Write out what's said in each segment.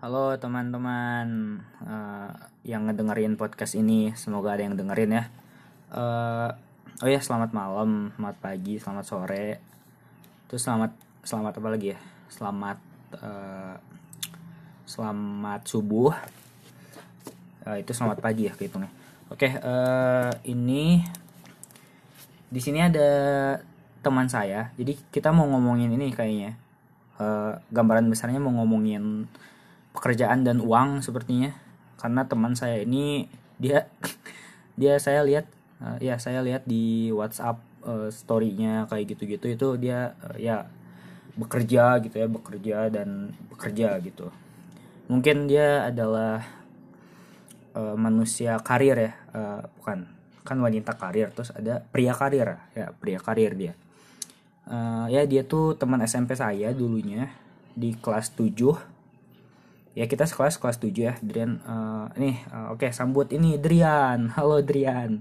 Halo teman-teman yang ngedengerin podcast ini, semoga ada yang dengerin ya. Eh, oh ya, selamat malam, selamat pagi, selamat sore, terus selamat apa lagi ya? Eh, selamat subuh. Itu selamat pagi ya kehitungnya. Oke, ini di sini ada teman saya. Jadi kita mau ngomongin ini kayaknya. Gambaran besarnya mau ngomongin pekerjaan dan uang sepertinya, karena teman saya ini dia dia saya lihat di WhatsApp story-nya kayak gitu-gitu, itu dia ya bekerja gitu ya, bekerja gitu. Mungkin dia adalah manusia karir ya, bukan, kan wanita karir, terus ada pria karir ya, pria karir dia. Ya dia tuh teman SMP saya dulunya di kelas 7. Ya kita sekelas kelas 7 ya, Drian. Oke, sambut ini Drian. Halo Drian.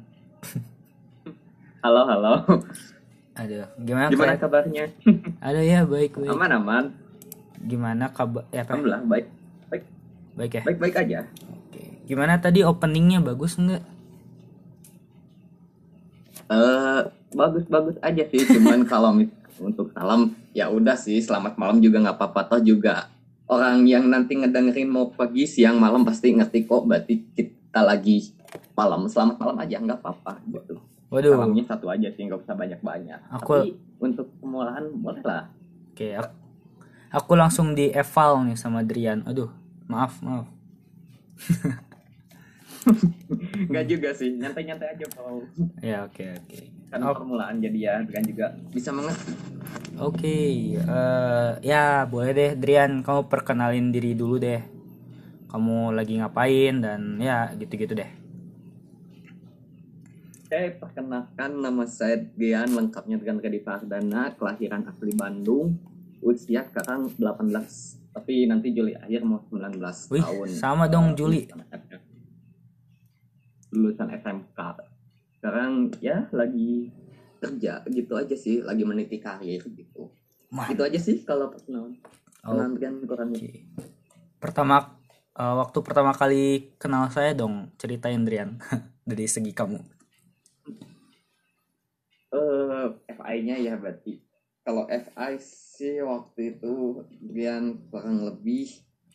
Halo, halo. Aduh, gimana Gimana kayak? kabarnya? Ada ya, baik baik. Aman, aman. Gimana kabar? Ya apa? Alhamdulillah, baik. Baik, Baik ya. baik aja. Oke. Gimana tadi openingnya, bagus nggak? Eh, bagus-bagus aja sih. Cuman kalau untuk salam, ya udah sih. Selamat malam juga nggak apa-apa. Toh juga orang yang nanti ngedengerin mau pagi, siang, malam pasti ngerti kok. Berarti kita lagi malam. Selamat malam aja, nggak apa-apa gitu. Waduh. Salamnya satu aja sih, nggak usah banyak-banyak. Tapi untuk permulaan boleh lah. Oke, aku langsung di eval nih sama Drian. Aduh, maaf. Nggak juga sih, nyantai-nyantai aja kalau Ya, oke. kan permulaan jadi ya kan juga bisa mengerti. Oke, ya boleh deh Drian, kamu perkenalin diri dulu deh. Kamu lagi ngapain dan ya gitu-gitu deh. Perkenalkan, nama saya Gian, lengkapnya dengan Gadi Fardana, kelahiran asli Bandung, usia sekarang 18, tapi nanti Juli akhir mau 19 Wih, tahun. sama dong Juli. Lulusan SMK. Sekarang ya lagi kerja gitu aja sih, lagi meniti karir gitu. Itu aja sih kalau perkenalan. Kenalan kurang okay. Waktu pertama kali kenal saya dong, ceritain Drian dari segi kamu. FI-nya ya berarti. Kalau FI sih waktu itu Drian kurang lebih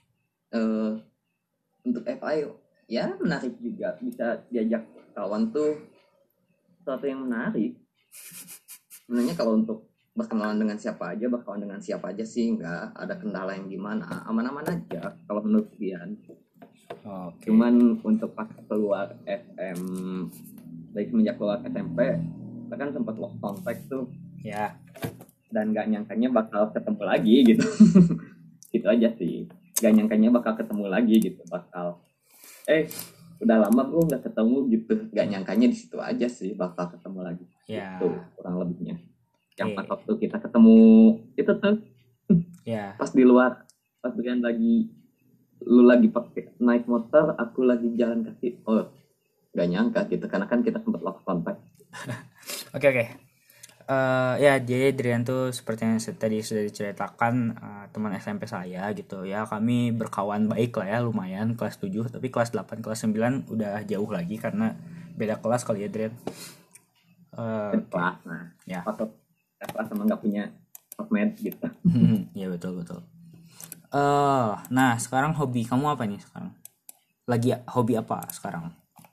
untuk FI ya menarik juga, bisa diajak kawan tuh sesuatu yang menarik. Sebenarnya kalau untuk berkenalan dengan siapa aja sih nggak ada kendala yang gimana, aman-aman aja kalau menurut Dian. Okay. Cuman untuk pas keluar dari semenjak keluar SMP kita kan sempat lost contact tuh ya, dan nggak nyangkanya bakal ketemu lagi gitu. Gitu aja sih, nggak nyangkanya bakal ketemu lagi gitu, bakal udah lama gue nggak ketemu gitu, nggak nyangkanya di situ aja sih bakal ketemu lagi. Gitu kurang lebihnya. Yang pas waktu kita ketemu itu tuh pas di luar, pas dengan lu lagi pakai naik motor, aku lagi jalan kaki. Nggak nyangka gitu, karena kan kita sempat lost contact. Oke. Ya, jadi Drian tuh seperti yang tadi sudah diceritakan, teman SMP saya gitu ya. Kami berkawan baik lah ya, lumayan kelas 7, tapi kelas 8, kelas 9 udah jauh lagi karena beda kelas kali ya Drian. Kelas, nah ya. Kelas sama nggak punya sosmed gitu. Ya betul. Nah sekarang hobi kamu apa nih sekarang? Lagi hobi apa sekarang?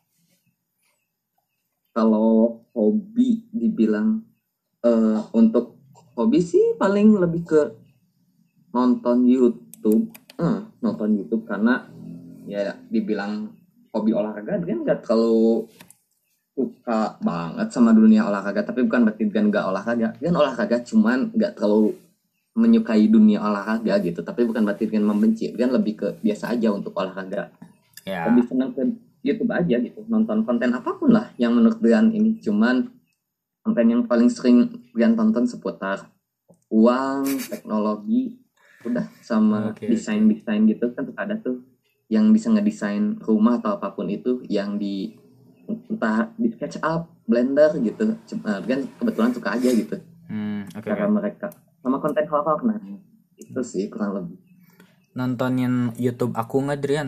Kalau hobi dibilang untuk hobi sih paling lebih ke nonton YouTube. Nonton YouTube karena ya dibilang hobi olahraga kan nggak terlalu suka banget sama dunia olahraga, tapi bukan berarti kan nggak olahraga, kan olahraga cuman nggak terlalu menyukai dunia olahraga gitu, tapi bukan berarti kan membenci, kan lebih ke biasa aja untuk olahraga. Lebih senang ke YouTube aja gitu, nonton konten apapun lah yang menurut Brian ini. Cuman konten yang paling sering Brian tonton seputar uang, teknologi, udah sama desain gitu kan. Ada tuh yang bisa ngedesain rumah atau apapun itu, yang entah di SketchUp, Blender gitu. Brian kebetulan suka aja gitu cara mereka, sama konten horor. Nah itu sih kurang lebih. nontonin YouTube aku nggak, Drian?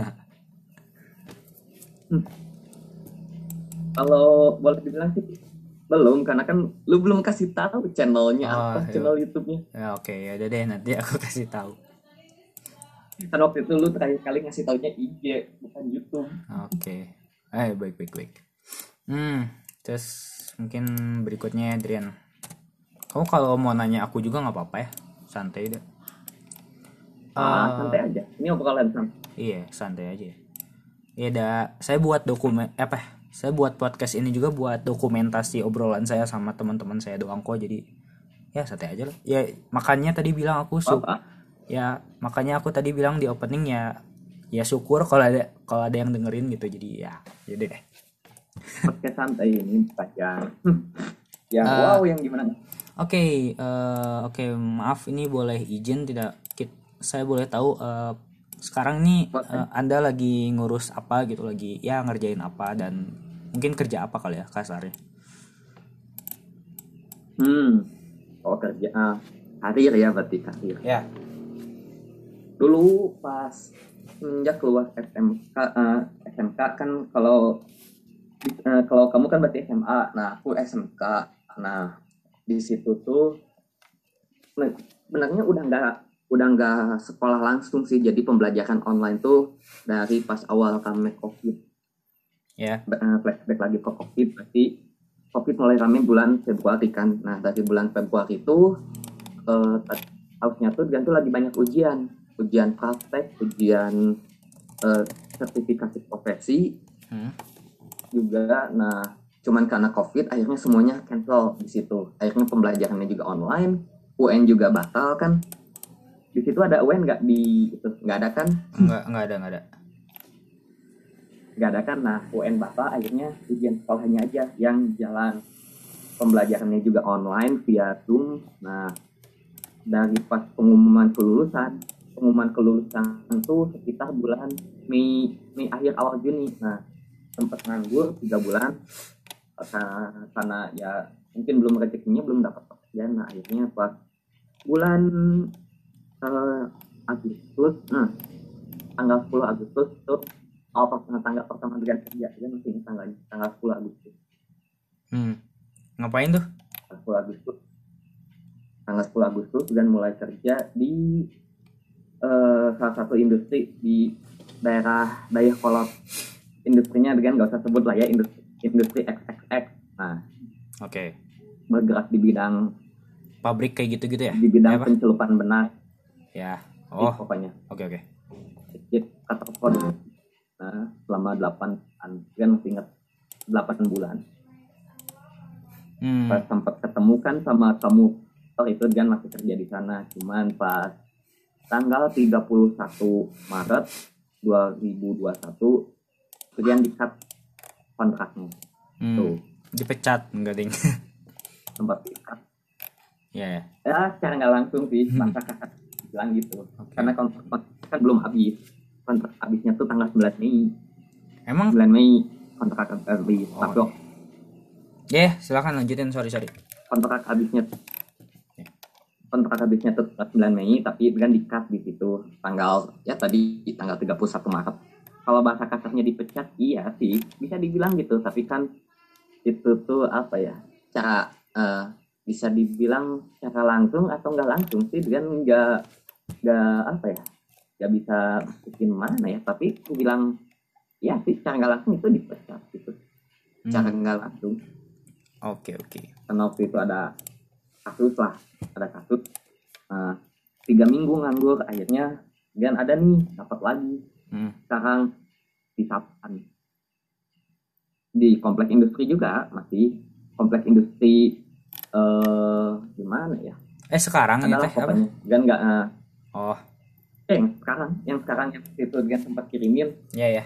Kalau boleh dibilang sih belum, karena kan lu belum kasih tahu channelnya Oh, apa, channel YouTube-nya. ya oke, ya udah deh, nanti aku kasih tahu. Kan waktu itu lu terakhir kali ngasih taunya IG bukan YouTube. Oke. Baik. Terus mungkin berikutnya, Drian. Kamu kalau mau nanya aku juga nggak apa-apa ya, santai deh. Santai aja. Ini obrolan santai. Iya, santai aja. Ya saya buat saya buat podcast ini juga buat dokumentasi obrolan saya sama teman-teman saya doang kok, jadi ya santai aja lah. Ya makanya tadi bilang aku makanya aku tadi bilang di opening ya syukur kalau ada yang dengerin gitu, jadi ya deh. Podcast santai ini panjang. Wow, yang gimana? Oke, maaf, ini boleh izin tidak? Saya boleh tahu sekarang nih Anda lagi ngurus apa gitu, lagi ya ngerjain apa, dan mungkin kerja apa kali ya kasarnya? Kerja karir ya, berarti karir. Ya. Dulu pas semenjak keluar SMK kan, kalau kamu kan berarti SMA, nah aku SMK. Nah di situ tuh sebenarnya udah nggak sekolah langsung sih, jadi pembelajaran online tuh dari pas awal rame COVID. Flashback lagi ke COVID, berarti COVID mulai rame bulan Februari kan. Nah dari bulan Februari itu harusnya tuh lagi banyak ujian praktek, ujian sertifikasi profesi juga. Nah cuman karena COVID akhirnya semuanya cancel di situ. Akhirnya pembelajarannya juga online, UN juga batal kan. Di situ ada UN nggak? Nggak ada kan? Nggak ada kan. Nah UN batal, akhirnya ujian sekolahnya aja yang jalan, pembelajarannya juga online via Zoom. Nah dari pas pengumuman kelulusan tuh sekitar bulan Mei akhir awal Juni. Nah sempat nganggur 3 bulan karena ya mungkin belum rezekinya, belum dapat pekerjaan. Nah akhirnya pas bulan Agustus, tanggal 10 Agustus tuh tanggal pertama bulan kerja, ya masih tanggal 10 Agustus. Ngapain tuh? Tanggal 10 Agustus dan mulai kerja di salah satu industri di daerah Dayakolot. Industrinya dengan nggak usah sebut lah ya, industri XXX. Nah, oke. Bergerak di bidang pabrik kayak gitu-gitu ya? Di bidang pencelupan benang. Ya. Pokoknya. Oke. Kata kode. Nah, selama 8 masih ingat 8 bulan. Pas sempat ketemu kan sama kamu itu kan masih kerja di sana. Cuman pas tanggal 31 Maret 2021 kemudian di-cut kontraknya. Tuh. Dipecat enggak, Ding? Sempat di-cut. Ya, secara nggak langsung sih, kakak bilang gitu. Karena kontrak kan belum habis. Kontrak habisnya tuh tanggal 9 Mei. Emang? 9 Mei kontrak habis. Silakan lanjutin, sorry. Kontrak habisnya tuh 9 Mei, tapi kan di-cut di situ tanggal 31 Maret. Kalau bahasa kasarnya dipecat, iya sih, bisa dibilang gitu. Tapi kan itu tuh apa ya? Cara bisa dibilang cara langsung atau nggak langsung sih, kan nggak bisa bikin mana ya. Tapi aku bilang ya sih, cara nggak langsung itu dipecat gitu. Cara nggak langsung. Oke. Karena waktu itu ada kasus 3 minggu nganggur, akhirnya dan ada nih dapat lagi. Sekarang di Sapan, di kompleks industri juga, masih kompleks industri gimana ya? Sekarang adalah pokoknya kan nggak. Yang sekarang itu dia sempat kirimin. Ya.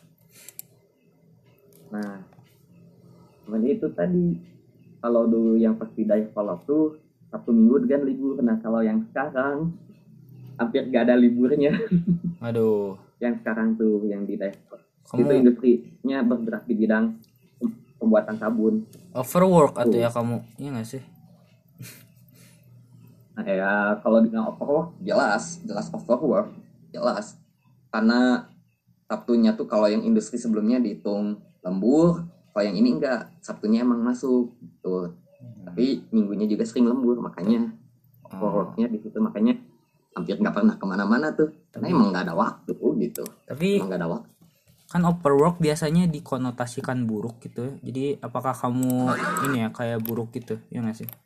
Nah, itu tadi kalau dulu yang pasti Dayakolot tuh Sabtu Minggu kan libur. Nah kalau yang sekarang hampir nggak ada liburnya. Aduh. Yang sekarang tuh yang di Dayakolot itu industrinya bergerak di bidang pembuatan sabun. Overwork atau ya kamu? Iya nggak sih? Nah ya kalau dibilang overwork, jelas overwork. jelas. Karena Sabtunya tuh kalau yang industri sebelumnya dihitung lembur, kalau yang ini enggak, Sabtunya emang masuk gitu. Tapi minggunya juga sering lembur, makanya overworknya di situ, makanya hampir nggak pernah kemana-mana tuh, karena emang nggak ada waktu gitu. Tapi emang nggak ada waktu. kan overwork biasanya dikonotasikan buruk gitu. Jadi apakah kamu ini ya kayak buruk gitu, ya nggak sih?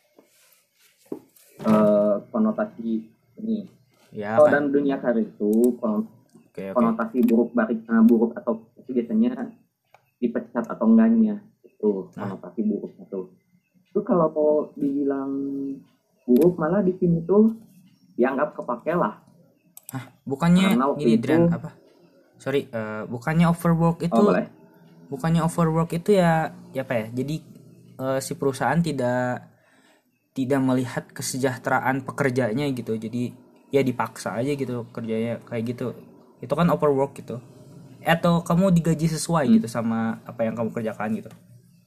Konotasi ini Ya kalau kan. dalam dunia karir itu Oke. konotasi buruk atau itu biasanya dipecat atau enggaknya, itu konotasi buruknya tuh. Itu kalau mau dibilang buruk malah di sini tuh dianggap kepake lah. Bukannya Karena waktu gini itu, Dran, apa? Sorry, bukannya overwork itu boleh. bukannya overwork itu ya apa ya? Jadi si perusahaan tidak melihat kesejahteraan pekerjanya gitu. Jadi ya dipaksa aja gitu kerjanya kayak gitu. Itu kan overwork gitu. Atau kamu digaji sesuai gitu sama apa yang kamu kerjakan gitu.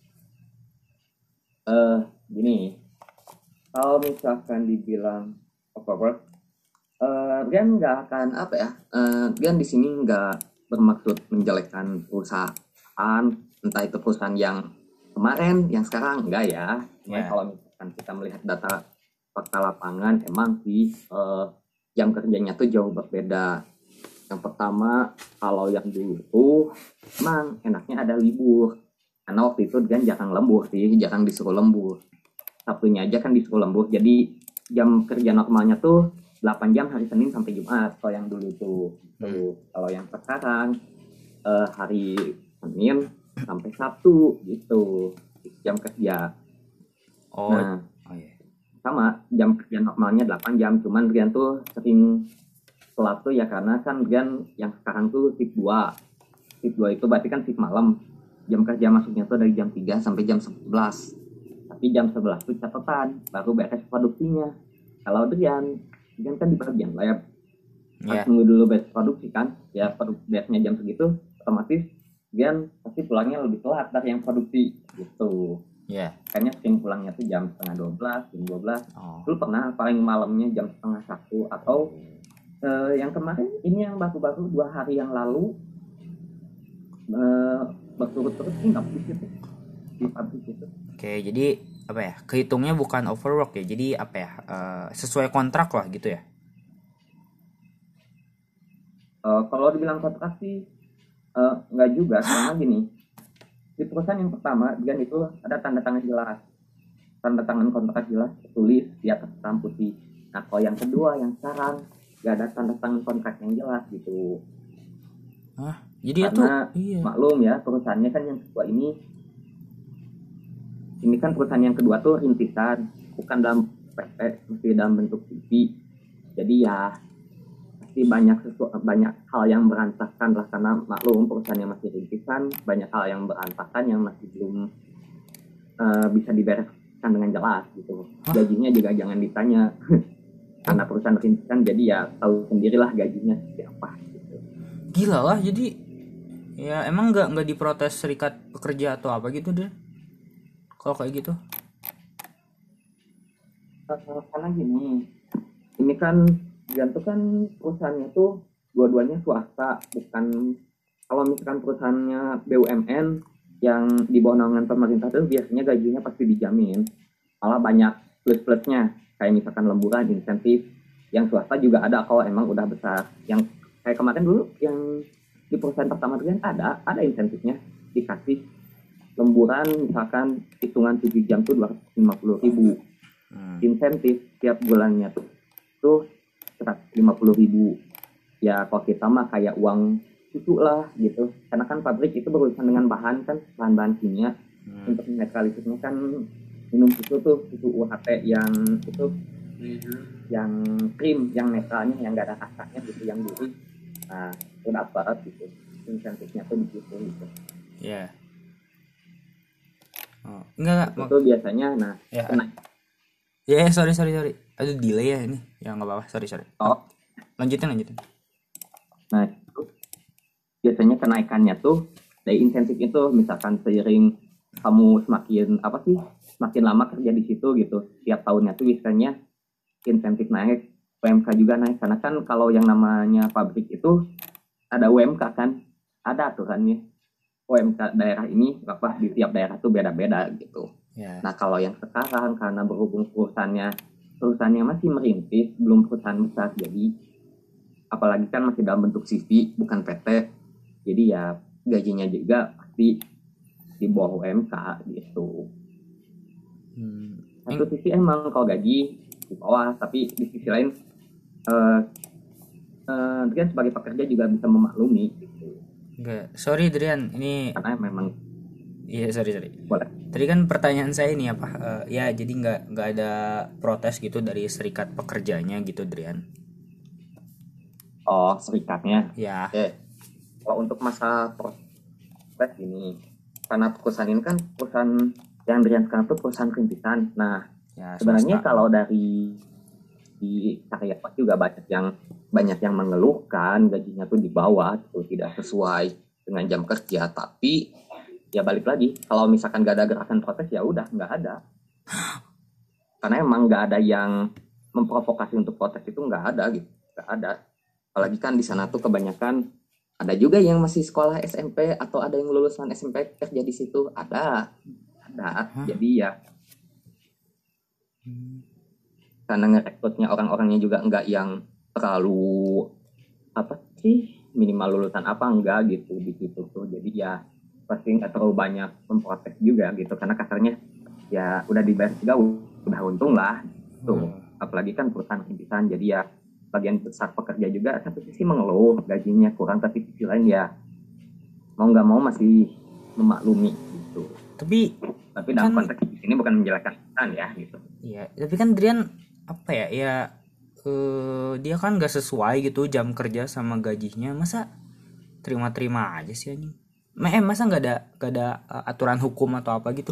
Gini, kalau misalkan dibilang overwork, Rian nggak akan apa ya, Rian di sini nggak bermaksud menjelekkan perusahaan, entah itu perusahaan yang kemarin, yang sekarang, enggak ya. Cuma kalau misalkan kita melihat data fakta lapangan, emang sih jam kerjanya tuh jauh berbeda. Yang pertama, kalau yang dulu tuh emang enaknya ada libur, karena waktu itu Rian jarang lembur sih, jarang disuruh lembur. Sabtunya aja kan disuruh lembur, jadi jam kerja normalnya tuh 8 jam hari Senin sampai Jumat kalau yang dulu tuh. Kalau yang sekarang hari Senin sampai Sabtu gitu jam kerja. Nah, sama jam kerja normalnya 8 jam, cuman Rian tuh sering telat tuh ya karena kan Rian yang sekarang tuh shift 2. Shift 2 itu berarti kan shift malam. Jam kerja masuknya tuh dari jam 3 sampai jam 11. Tapi jam 11 itu catatan, baru beres produksinya. Kalau Rian kan di bagian lab, harus nunggu dulu beres produksi kan, ya beresnya jam segitu, otomatis Rian pasti pulangnya lebih telat dari yang produksi gitu. Kayaknya sering pulangnya tuh jam setengah 12, jam 12. Dulu pernah paling malamnya jam setengah 1, atau yang kemarin ini yang baru-baru 2 hari yang lalu berturut-turut nggak begitu di pabrik itu. Oke, jadi apa ya? Kehitungnya bukan overwork ya. Jadi apa ya? Sesuai kontrak lah gitu ya. Kalau dibilang kontrak sih nggak juga, karena gini, di perusahaan yang pertama dia itu ada tanda tangan jelas, tanda tangan kontrak jelas tertulis di atas hitam putih. Nah kalau yang kedua yang sekarang nggak ada tanda tangan kontrak yang jelas gitu. Jadi karena itu maklum ya, perusahaannya kan yang kedua ini kan perusahaan yang kedua tuh rintisan, bukan dalam PT, masih dalam bentuk TV. Jadi ya pasti banyak hal yang berantakan lah, karena maklum perusahaan yang masih rintisan, banyak hal yang berantakan yang masih belum bisa dibereskan dengan jelas gitu. Gajinya juga jangan ditanya karena perusahaan rintisan, jadi ya tahu sendirilah gajinya siapa gitu. Gila lah, jadi ya emang nggak diprotes serikat pekerja atau apa gitu deh kalau kayak gitu. Karena gini, ini kan Gantung kan perusahaannya tuh dua-duanya swasta, bukan, kalau misalkan perusahaannya BUMN yang di bawah naungan pemerintah tuh biasanya gajinya pasti dijamin, malah banyak plus-plusnya, kayak misalkan lemburan, insentif. Yang swasta juga ada kalau emang udah besar. Yang kayak kemarin dulu yang di perusahaan pertama Rian ada insentifnya, dikasih lemburan misalkan hitungan 7 jam tuh 250.000 insentif tiap bulannya tuh 150.000. Ya kalau kita mah kayak uang susu lah gitu, karena kan pabrik itu berurusan dengan bahan-bahan kimia. Untuk netralisirnya kan minum susu UHT yang itu yang krim, yang netralnya, yang gak ada rasanya gitu, yang gurih. Nah itu dapat gitu insentifnya tuh begitu gitu. Enggak itu biasanya. Nah sorry aduh delay ya ini ya, nggak apa-apa, sorry lanjutin. Nah itu biasanya kenaikannya tuh dari insentif itu, misalkan seiring kamu semakin lama kerja di situ gitu, tiap tahunnya tuh biasanya insentif naik UMK juga naik karena kan kalau yang namanya pabrik itu ada UMK kan, ada aturannya. UMK daerah ini apa di tiap daerah tuh beda-beda gitu. Ya. Nah kalau yang sekarang karena berhubung perusahaannya masih merintis, belum perusahaan besar, jadi apalagi kan masih dalam bentuk CV bukan PT, jadi ya gajinya juga pasti di bawah UMK gitu. Satu sisi emang kalau gaji di bawah, tapi di sisi lain Drian sebagai pekerja juga bisa memaklumi gitu. Enggak, sorry Drian, ini Karena memang iya sorry. boleh. Tadi kan pertanyaan saya ini apa? Ya jadi nggak ada protes gitu dari serikat pekerjanya gitu, Drian. Oh, serikatnya. Ya. Oke. Kalau untuk masa proses ini, karena perusahaan ini kan perusahaan yang Drian sekarang itu perusahaan rintisan. Nah, Ya, sebenarnya swasta. kalau dari di karyawan juga banyak yang mengeluhkan gajinya tuh di bawah, tuh tidak sesuai dengan jam kerja. Tapi ya balik lagi, kalau misalkan gak ada gerakan protes ya udah nggak ada. Karena emang nggak ada yang memprovokasi untuk protes itu nggak ada gitu, nggak ada. Apalagi kan di sana tuh kebanyakan ada juga yang masih sekolah SMP atau ada yang lulusan SMP kerja di situ, ada. Jadi ya karena ngerekrutnya orang-orangnya juga nggak yang terlalu apa sih minimal lulusan apa enggak gitu di situ tuh, jadi ya pasti nggak terlalu banyak memprotes juga gitu karena kasarnya ya udah dibayar juga udah untung lah tuh. Apalagi kan perusahaan rintisan, jadi ya bagian besar pekerja juga satu sisi mengeluh gajinya kurang, tapi sisi lain ya mau nggak mau masih memaklumi gitu. Tapi dalam kan konteks ini bukan menjelekkan ya gitu. iya, tapi kan Drian apa ya? Ya dia kan nggak sesuai gitu jam kerja sama gajinya. Masa terima-terima aja sih anjing? Masa nggak ada aturan hukum atau apa gitu?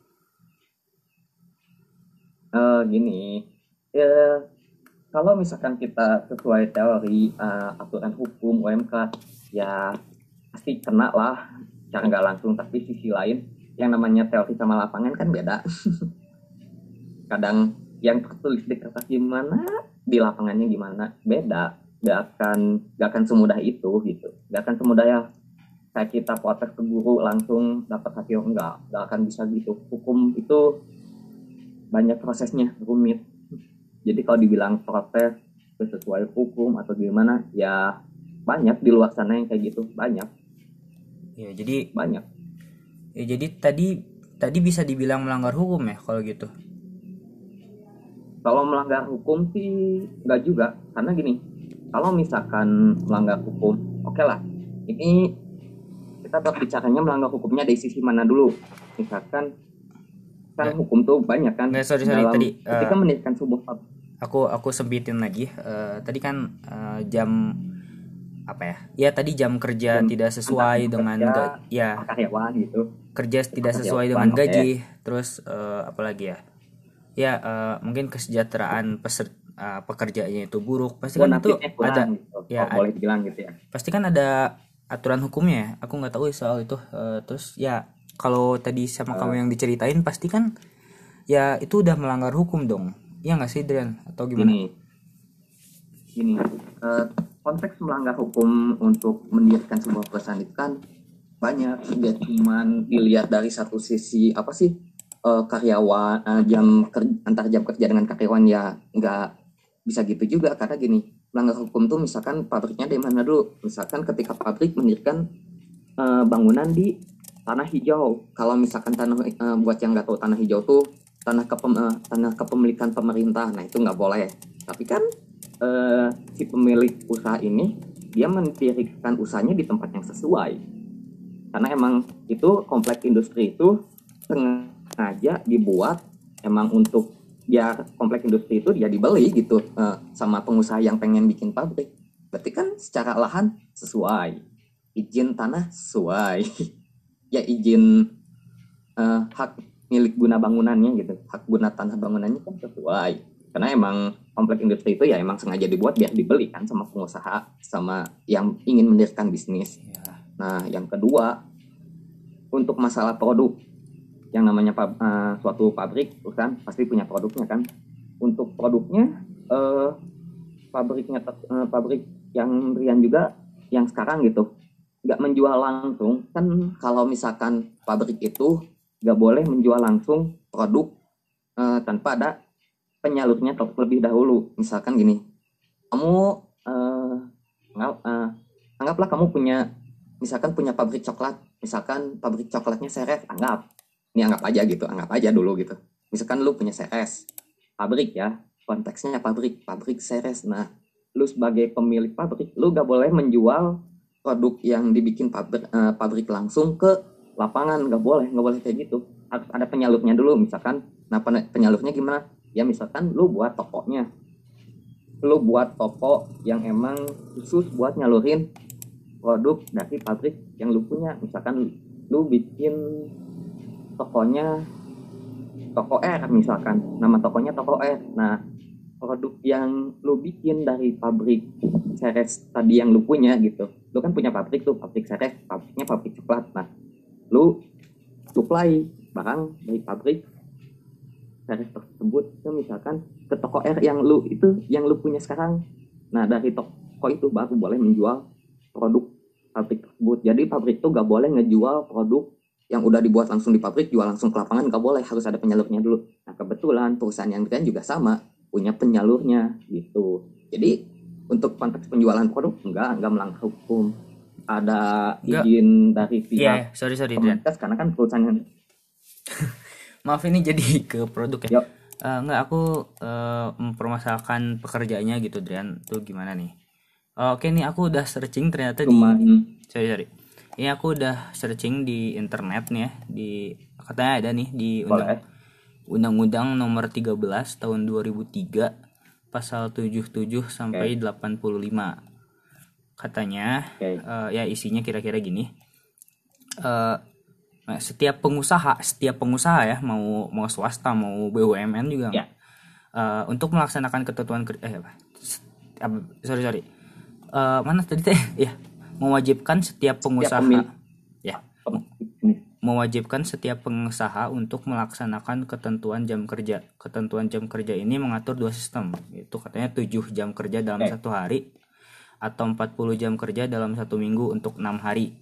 Gini ya, kalau misalkan kita sesuai teori aturan hukum UMK ya pasti kena lah cara nggak langsung, tapi sisi lain yang namanya teori sama lapangan kan beda. Kadang yang tertulis di kertas gimana di lapangannya gimana beda, gak akan semudah itu gitu, gak akan semudah ya kayak kita protes ke guru langsung dapat hasil, nggak akan bisa gitu. Hukum itu banyak prosesnya, rumit. Jadi kalau dibilang protes sesuai hukum atau gimana ya banyak di luar sana yang kayak gitu, banyak. Ya jadi banyak ya jadi tadi bisa dibilang melanggar hukum ya kalau gitu. Kalau melanggar hukum sih nggak juga, karena gini, kalau misalkan melanggar hukum oke lah, ini kita berbicaranya melanggar hukumnya dari sisi mana dulu. Misalkan kan hukum tuh banyak kan Sorry dalam tadi ketika mendirikan sebuah aku sempitin lagi. Tadi kan jam apa ya? Ya tadi jam kerja tidak sesuai dengan ya karyawan gitu, kerja tidak sesuai dengan gaji. Terus apalagi ya? Ya mungkin kesejahteraan pekerjaannya itu buruk. Pasti kan itu ada gitu. Ya boleh dibilang gitu ya. Pasti kan ada aturan hukumnya ya. Aku nggak tahu soal itu. Terus ya kalau tadi sama kamu yang diceritain pasti kan ya itu udah melanggar hukum dong. Iya nggak sih Drian atau gimana? Gini, konteks melanggar hukum untuk mendirikan sebuah perusahaan itu kan banyak, tidak cuma dilihat dari satu sisi apa sih karyawan antar jam kerja dengan karyawan ya nggak bisa gitu juga. Karena gini, melanggar hukum tuh misalkan pabriknya dari mana dulu. Misalkan ketika pabrik mendirikan bangunan di tanah hijau. Kalau misalkan buat yang nggak tahu, tanah hijau tuh tanah kepemilikan pemerintah. Nah itu nggak boleh. Tapi kan si pemilik usaha ini dia mendirikan usahanya di tempat yang sesuai, karena emang itu kompleks industri itu sengaja dibuat emang untuk biar kompleks industri itu dia dibeli gitu sama pengusaha yang pengen bikin pabrik. Berarti kan secara lahan sesuai, izin tanah sesuai, ya izin hak milik guna bangunannya gitu, hak guna tanah bangunannya kan sesuai. Karena emang kompleks industri itu ya emang sengaja dibuat biar dibeli kan sama pengusaha, sama yang ingin mendirikan bisnis. Nah yang kedua, untuk masalah produk, yang namanya suatu pabrik perusahaan pasti punya produknya kan. Untuk produknya pabrik yang Rian juga yang sekarang gitu nggak menjual langsung kan. Kalau misalkan pabrik itu nggak boleh menjual langsung produk tanpa ada penyalurnya terlebih dahulu. Misalkan gini, kamu anggaplah kamu punya, misalkan punya pabrik coklat, misalkan pabrik coklatnya Ceres, anggap aja gitu, anggap aja dulu gitu. Misalkan lu punya Ceres, pabrik ya, konteksnya pabrik Ceres. Nah, lu sebagai pemilik pabrik, lu gak boleh menjual produk yang dibikin pabrik langsung ke lapangan, gak boleh kayak gitu. Harus ada penyalurnya dulu, misalkan. Nah, penyalurnya gimana? Ya misalkan lu buat tokonya, lu buat toko yang emang khusus buat nyalurin produk dari pabrik yang lu punya. Misalkan lu bikin tokonya toko R, misalkan nama tokonya toko R. Nah, produk yang lu bikin dari pabrik Ceres tadi yang lu punya gitu, lu kan punya pabrik tuh, pabrik Ceres, pabriknya pabrik coklat. Nah, lu supply barang dari pabrik Ceres tersebut itu misalkan ke toko R yang lu punya sekarang. Nah, dari toko itu baru boleh menjual produk pabrik tersebut. Jadi pabrik itu gak boleh ngejual produk yang udah dibuat langsung di pabrik, jual langsung ke lapangan, gak boleh, harus ada penyalurnya dulu. Nah, kebetulan perusahaan yang kalian juga sama, punya penyalurnya gitu. Jadi untuk konteks penjualan produk enggak melanggar hukum. Ada izin dari pihak sorry Kemenkes, karena kan perusahaan yang maaf ini jadi ke produk ya. Yuk. Enggak, aku mempermasalahkan pekerjaannya gitu, Drian. Tuh gimana nih? Oke nih, aku udah searching ternyata sorry. Ini aku udah searching di internet nih ya, katanya ada nih di Undang-Undang Nomor 13 tahun 2003 pasal 77 sampai 85. Katanya ya isinya kira-kira gini. Setiap pengusaha ya, mau swasta mau BUMN juga untuk melaksanakan ketentuan mana tadi teh ya, mewajibkan setiap pengusaha untuk melaksanakan ketentuan jam kerja. Ketentuan jam kerja ini mengatur dua sistem, itu katanya 7 jam kerja dalam satu hari atau 40 jam kerja dalam satu minggu untuk 6 hari.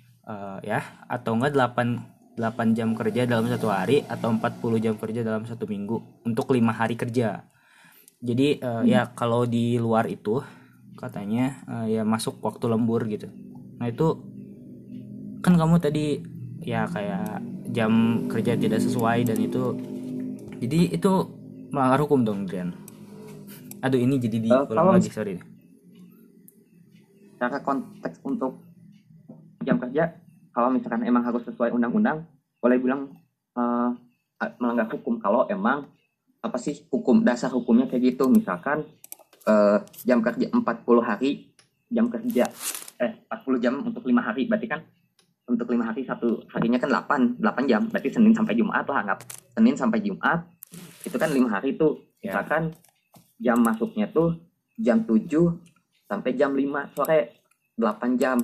Atau enggak 8 jam kerja dalam satu hari atau 40 jam kerja dalam satu minggu untuk 5 hari kerja. Jadi ya kalau di luar itu katanya ya masuk waktu lembur gitu. Nah itu kan kamu tadi ya kayak jam kerja tidak sesuai, dan itu jadi itu melanggar hukum dong, Drian. Aduh, ini jadi diulang lagi, sorry. Secara konteks untuk jam kerja, kalau misalkan emang harus sesuai undang-undang, boleh bilang melanggar hukum. Kalau emang apa sih hukum, dasar hukumnya kayak gitu. Misalkan jam kerja 40 hari, jam kerja 40 jam untuk 5 hari, berarti kan untuk 5 hari, satu harinya kan 8 jam, berarti Senin sampai Jumat lah, anggap Senin sampai Jumat itu kan 5 hari tuh. Misalkan jam masuknya tuh jam 7 sampai jam 5 sore 8 jam,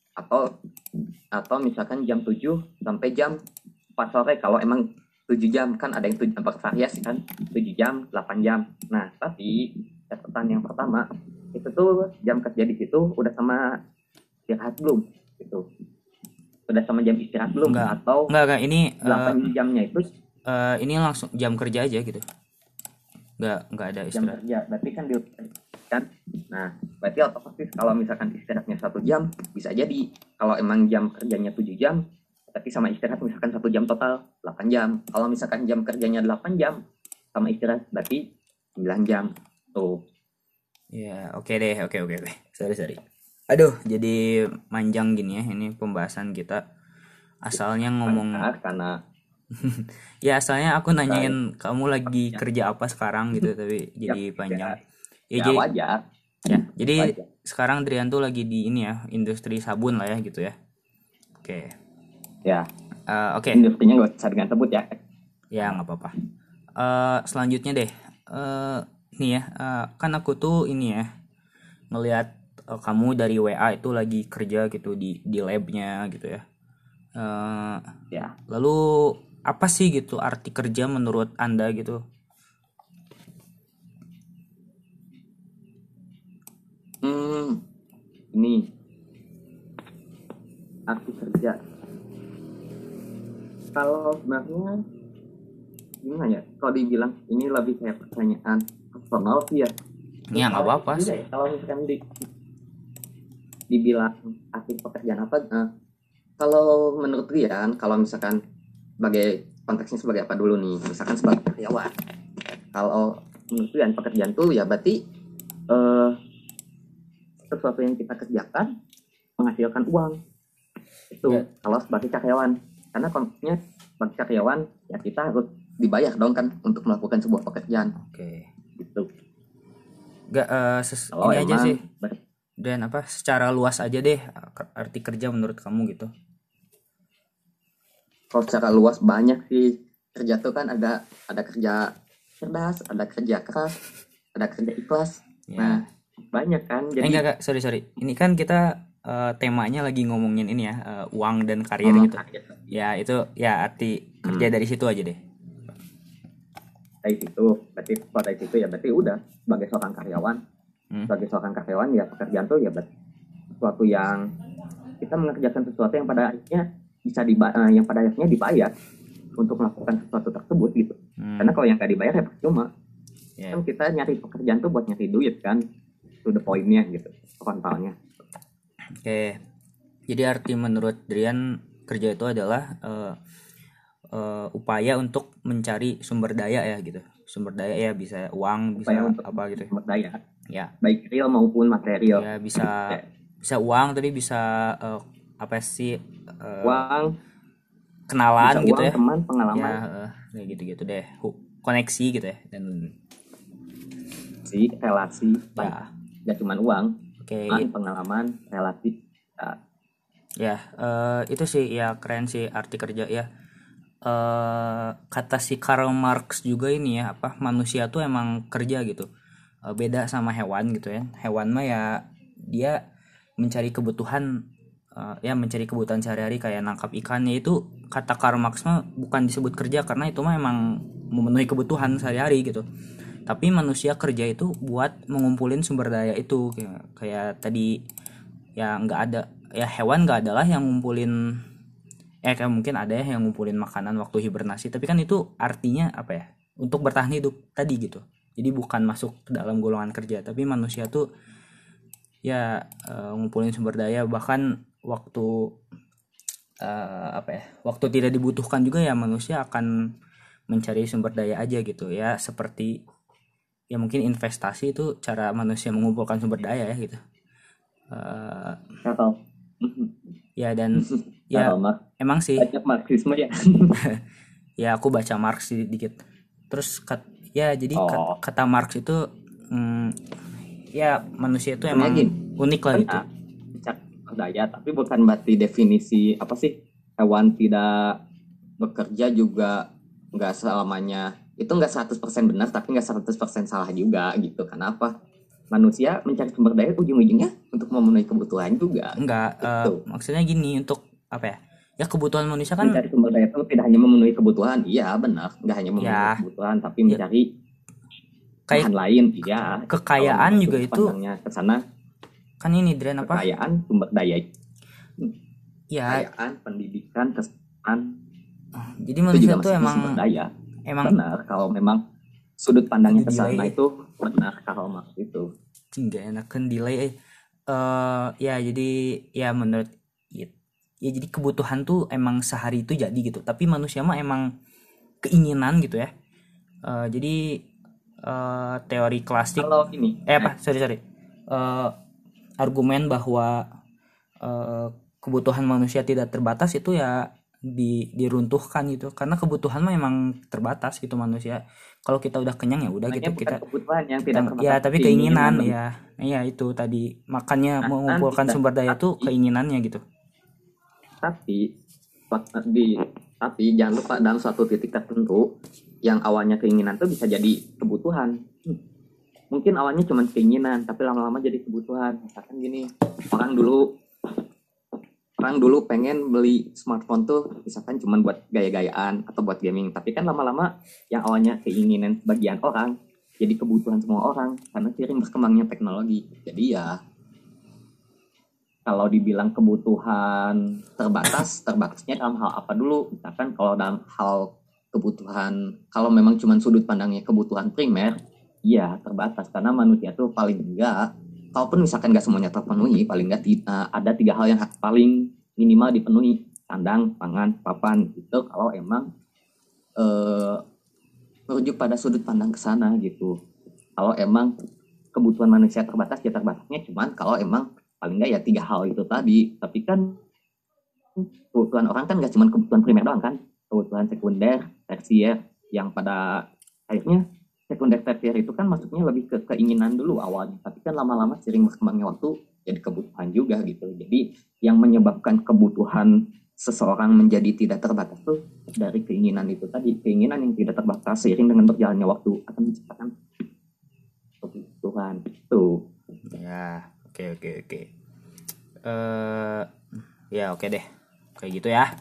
atau misalkan jam 7 sampai jam 4 sore. Kalau emang 7 jam kan ada yang bervariasi kan, 7 jam 8 jam. Nah, tapi catatan yang pertama itu tuh jam kerja di situ udah sama istirahat belum gitu, udah sama jam istirahat belum? Enggak, ini 8 jamnya itu ini langsung jam kerja aja gitu, enggak ada istirahat. Jam kerja berarti kan nah berarti otomatis kalau misalkan istirahatnya 1 jam, bisa jadi kalau emang jam kerjanya 7 jam tapi sama istirahat misalkan 1 jam, total 8 jam. Kalau misalkan jam kerjanya 8 jam sama istirahat berarti 9 jam tuh. Ya, oke deh. Sorry. Aduh, jadi manjang gini ya ini pembahasan kita. Asalnya ngomong karena ya asalnya aku nanyain kamu lagi kerja apa sekarang gitu, tapi jadi panjang. Ya wajar. Ya, jadi sekarang Drian tuh lagi di ini ya, industri sabun lah ya gitu ya. Oke. Ya. Oke. Industrinya nggak usah dengan sebut ya. Ya, nggak apa-apa. Selanjutnya deh. Nih ya, kan aku tuh ini ya ngelihat kamu dari WA itu lagi kerja gitu di labnya gitu ya. Lalu apa sih gitu arti kerja menurut Anda gitu? ini arti kerja. Kalau sebenarnya gimana ya? Kalau dibilang ini lebih kayak pertanyaan personal sih ya. Ya nggak apa-apa Iya, sih. kalau misalkan dibilang arti pekerjaan apa? Kalau menurut Rian, kalau misalkan sebagai konteksnya sebagai apa dulu nih? Misalkan sebagai karyawan. Kalau menurut Rian pekerjaan tuh ya berarti sesuatu yang kita kerjakan menghasilkan uang. Itu Ya. kalau sebagai karyawan. Karena konteksnya sebagai karyawan ya kita harus dibayar dong kan untuk melakukan sebuah pekerjaan. Oke. Gitu. Gak Kalau ini aja emang sih. Dan apa secara luas aja deh arti kerja menurut kamu gitu. kalau secara luas banyak sih, kerja tuh kan ada kerja cerdas, ada kerja keras, ada kerja ikhlas. Ya. Nah, banyak kan. Jadi enggak, sorry. Ini kan kita temanya lagi ngomongin ini ya, uang dan karir gitu. Ya, itu ya arti kerja dari situ aja deh. dari situ, berarti kalau dari situ ya berarti udah sebagai seorang karyawan. Sebagai seorang karyawan ya pekerjaan tuh ya berarti sesuatu yang kita mengerjakan sesuatu yang pada akhirnya bisa yang pada akhirnya dibayar untuk melakukan sesuatu tersebut gitu. Karena kalau yang nggak dibayar ya percuma. Yeah. Kan kita nyari pekerjaan tuh buat nyari duit kan, to the point-nya gitu, frontalnya. Oke. Jadi arti menurut Drian kerja itu adalah upaya untuk mencari sumber daya ya gitu. Sumber daya ya bisa uang, bisa apa gitu. Sumber daya. Ya. Baik real maupun material. Ya bisa uang tapi bisa apa sih? Uang, kenalan bisa gitu uang, ya. Teman, pengalaman. Ya kayak gitu deh. Koneksi gitu ya dan relasi. Ya. Gak cuma uang. Oke. Pengalaman, relasi. Ya, itu sih ya keren sih arti kerja ya. Kata si Karl Marx juga ini ya apa manusia tuh emang kerja gitu. Beda sama hewan gitu ya. Hewan mah ya dia mencari kebutuhan mencari kebutuhan sehari-hari kayak nangkap ikannya itu kata Karl Marx mah bukan disebut kerja karena itu mah emang memenuhi kebutuhan sehari-hari gitu. Tapi manusia kerja itu buat mengumpulin sumber daya itu kayak tadi ya nggak ada ya hewan nggak adalah yang ngumpulin kayak mungkin ada ya yang ngumpulin makanan waktu hibernasi tapi kan itu artinya apa ya untuk bertahan hidup tadi gitu. Jadi bukan masuk ke dalam golongan kerja tapi manusia tuh ya ngumpulin sumber daya bahkan waktu waktu tidak dibutuhkan juga ya manusia akan mencari sumber daya aja gitu ya seperti ya mungkin investasi itu cara manusia mengumpulkan sumber daya ya gitu. Ya dan ya emang sih banyak Marxisme ya. Ya aku baca Marx dikit terus jadi kata Marx itu ya manusia itu emang unik lah gitu. Daya tapi bukan berarti definisi apa sih hewan tidak bekerja juga nggak selamanya itu nggak 100% benar tapi nggak 100% salah juga gitu. Kenapa manusia mencari sumber daya ujung-ujungnya untuk memenuhi kebutuhan juga enggak gitu. Maksudnya gini untuk apa ya kebutuhan manusia kan mencari sumber daya itu tidak hanya memenuhi kebutuhan iya benar nggak hanya memenuhi kebutuhan tapi mencari bahan lain iya kekayaan juga itu ke sana kan ini Dren apa kekayaan sumber daya ya kekayaan pendidikan kesehatan jadi manusia itu emang benar kalau memang sudut pandangnya ke sana itu benar kalau maksud itu nggak enakan delay ya jadi ya menurut ya jadi kebutuhan tuh emang sehari itu jadi gitu tapi manusia mah emang keinginan gitu ya jadi teori klasik kalau ini sorry argumen bahwa kebutuhan manusia tidak terbatas itu ya diruntuhkan gitu karena kebutuhan mah emang terbatas gitu manusia kalau kita udah kenyang ya udah gitu kita kebutuhan yang tidak terbatas ya tapi keinginan ya itu tadi makanya mengumpulkan sumber daya tuh keinginannya gitu tapi jangan lupa dalam suatu titik tertentu yang awalnya keinginan tuh bisa jadi kebutuhan. Mungkin awalnya cuma keinginan tapi lama-lama jadi kebutuhan. Misalkan gini orang dulu pengen beli smartphone tuh misalkan cuma buat gaya-gayaan atau buat gaming tapi kan lama-lama yang awalnya keinginan sebagian orang jadi kebutuhan semua orang karena seiring berkembangnya teknologi. Jadi ya kalau dibilang kebutuhan terbatasnya dalam hal apa dulu? Misalkan kalau dalam hal kebutuhan, kalau memang cuma sudut pandangnya kebutuhan primer, ya terbatas karena manusia tuh paling enggak, kalaupun misalkan nggak semuanya terpenuhi, paling enggak ada 3 hal yang paling minimal dipenuhi: sandang, pangan, papan. Itu kalau emang merujuk pada sudut pandang ke sana gitu. Kalau emang kebutuhan manusia terbatas, ya terbatasnya cuman kalau emang paling enggak ya 3 hal itu tadi. Tapi kan kebutuhan orang kan nggak cuma kebutuhan primer doang kan, kebutuhan sekunder, tersier, yang pada akhirnya sekunder tersier itu kan masuknya lebih ke keinginan dulu awalnya, tapi kan lama-lama sering berkembangnya waktu jadi kebutuhan juga gitu. Jadi yang menyebabkan kebutuhan seseorang menjadi tidak terbatas tuh dari keinginan itu tadi. Keinginan yang tidak terbatas seiring dengan berjalannya waktu akan menciptakan kebutuhan itu. Ya, oke. Ya oke deh, kayak gitu ya.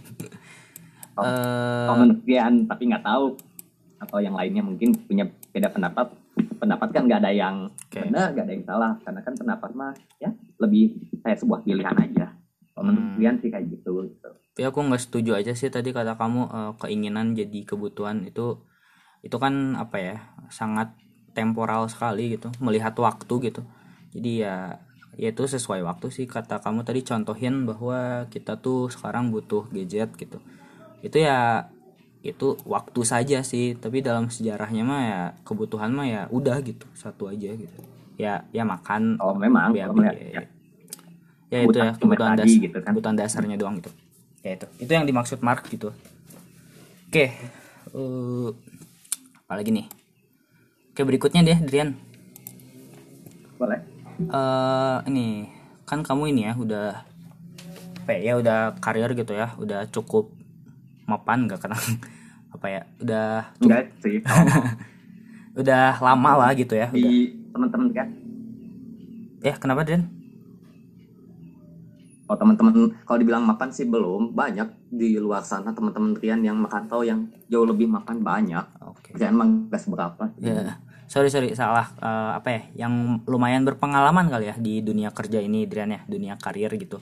Pengertian, tapi nggak tahu atau yang lainnya mungkin punya beda pendapat. Pendapat kan nggak ada yang benar, nggak ada yang salah, karena kan pendapat mah ya lebih kayak sebuah pilihan aja. Kalau menurut kalian sih kayak gitu. Tapi aku nggak setuju aja sih tadi kata kamu keinginan jadi kebutuhan itu kan apa ya, sangat temporal sekali gitu, melihat waktu gitu. Jadi ya itu sesuai waktu sih kata kamu tadi, contohin bahwa kita tuh sekarang butuh gadget gitu. Itu ya itu waktu saja sih, tapi dalam sejarahnya mah ya kebutuhan mah ya udah gitu, satu aja gitu. Ya makan. Oh memang Ya, kalau ya itu ya kebutuhan gitu kan. kebutuhan dasarnya doang gitu. Ya itu yang dimaksud Mark gitu. Oke. Apalagi nih? Oke, berikutnya deh, Drian. Boleh. Ini kan kamu ini ya udah udah karir gitu ya, udah cukup mapan gak kena apa ya, udah enggak sih udah lama lah gitu ya di udah. Teman-teman kan Kenapa Drian? Oh teman-teman, kalau dibilang mapan sih belum banyak di luar sana teman-teman Rian yang merantau yang jauh lebih mapan banyak. Oke. Rian emang gak seberapa. Ya, sorry salah. Apa ya, yang lumayan berpengalaman kali ya di dunia kerja ini, Drian ya, dunia karir gitu.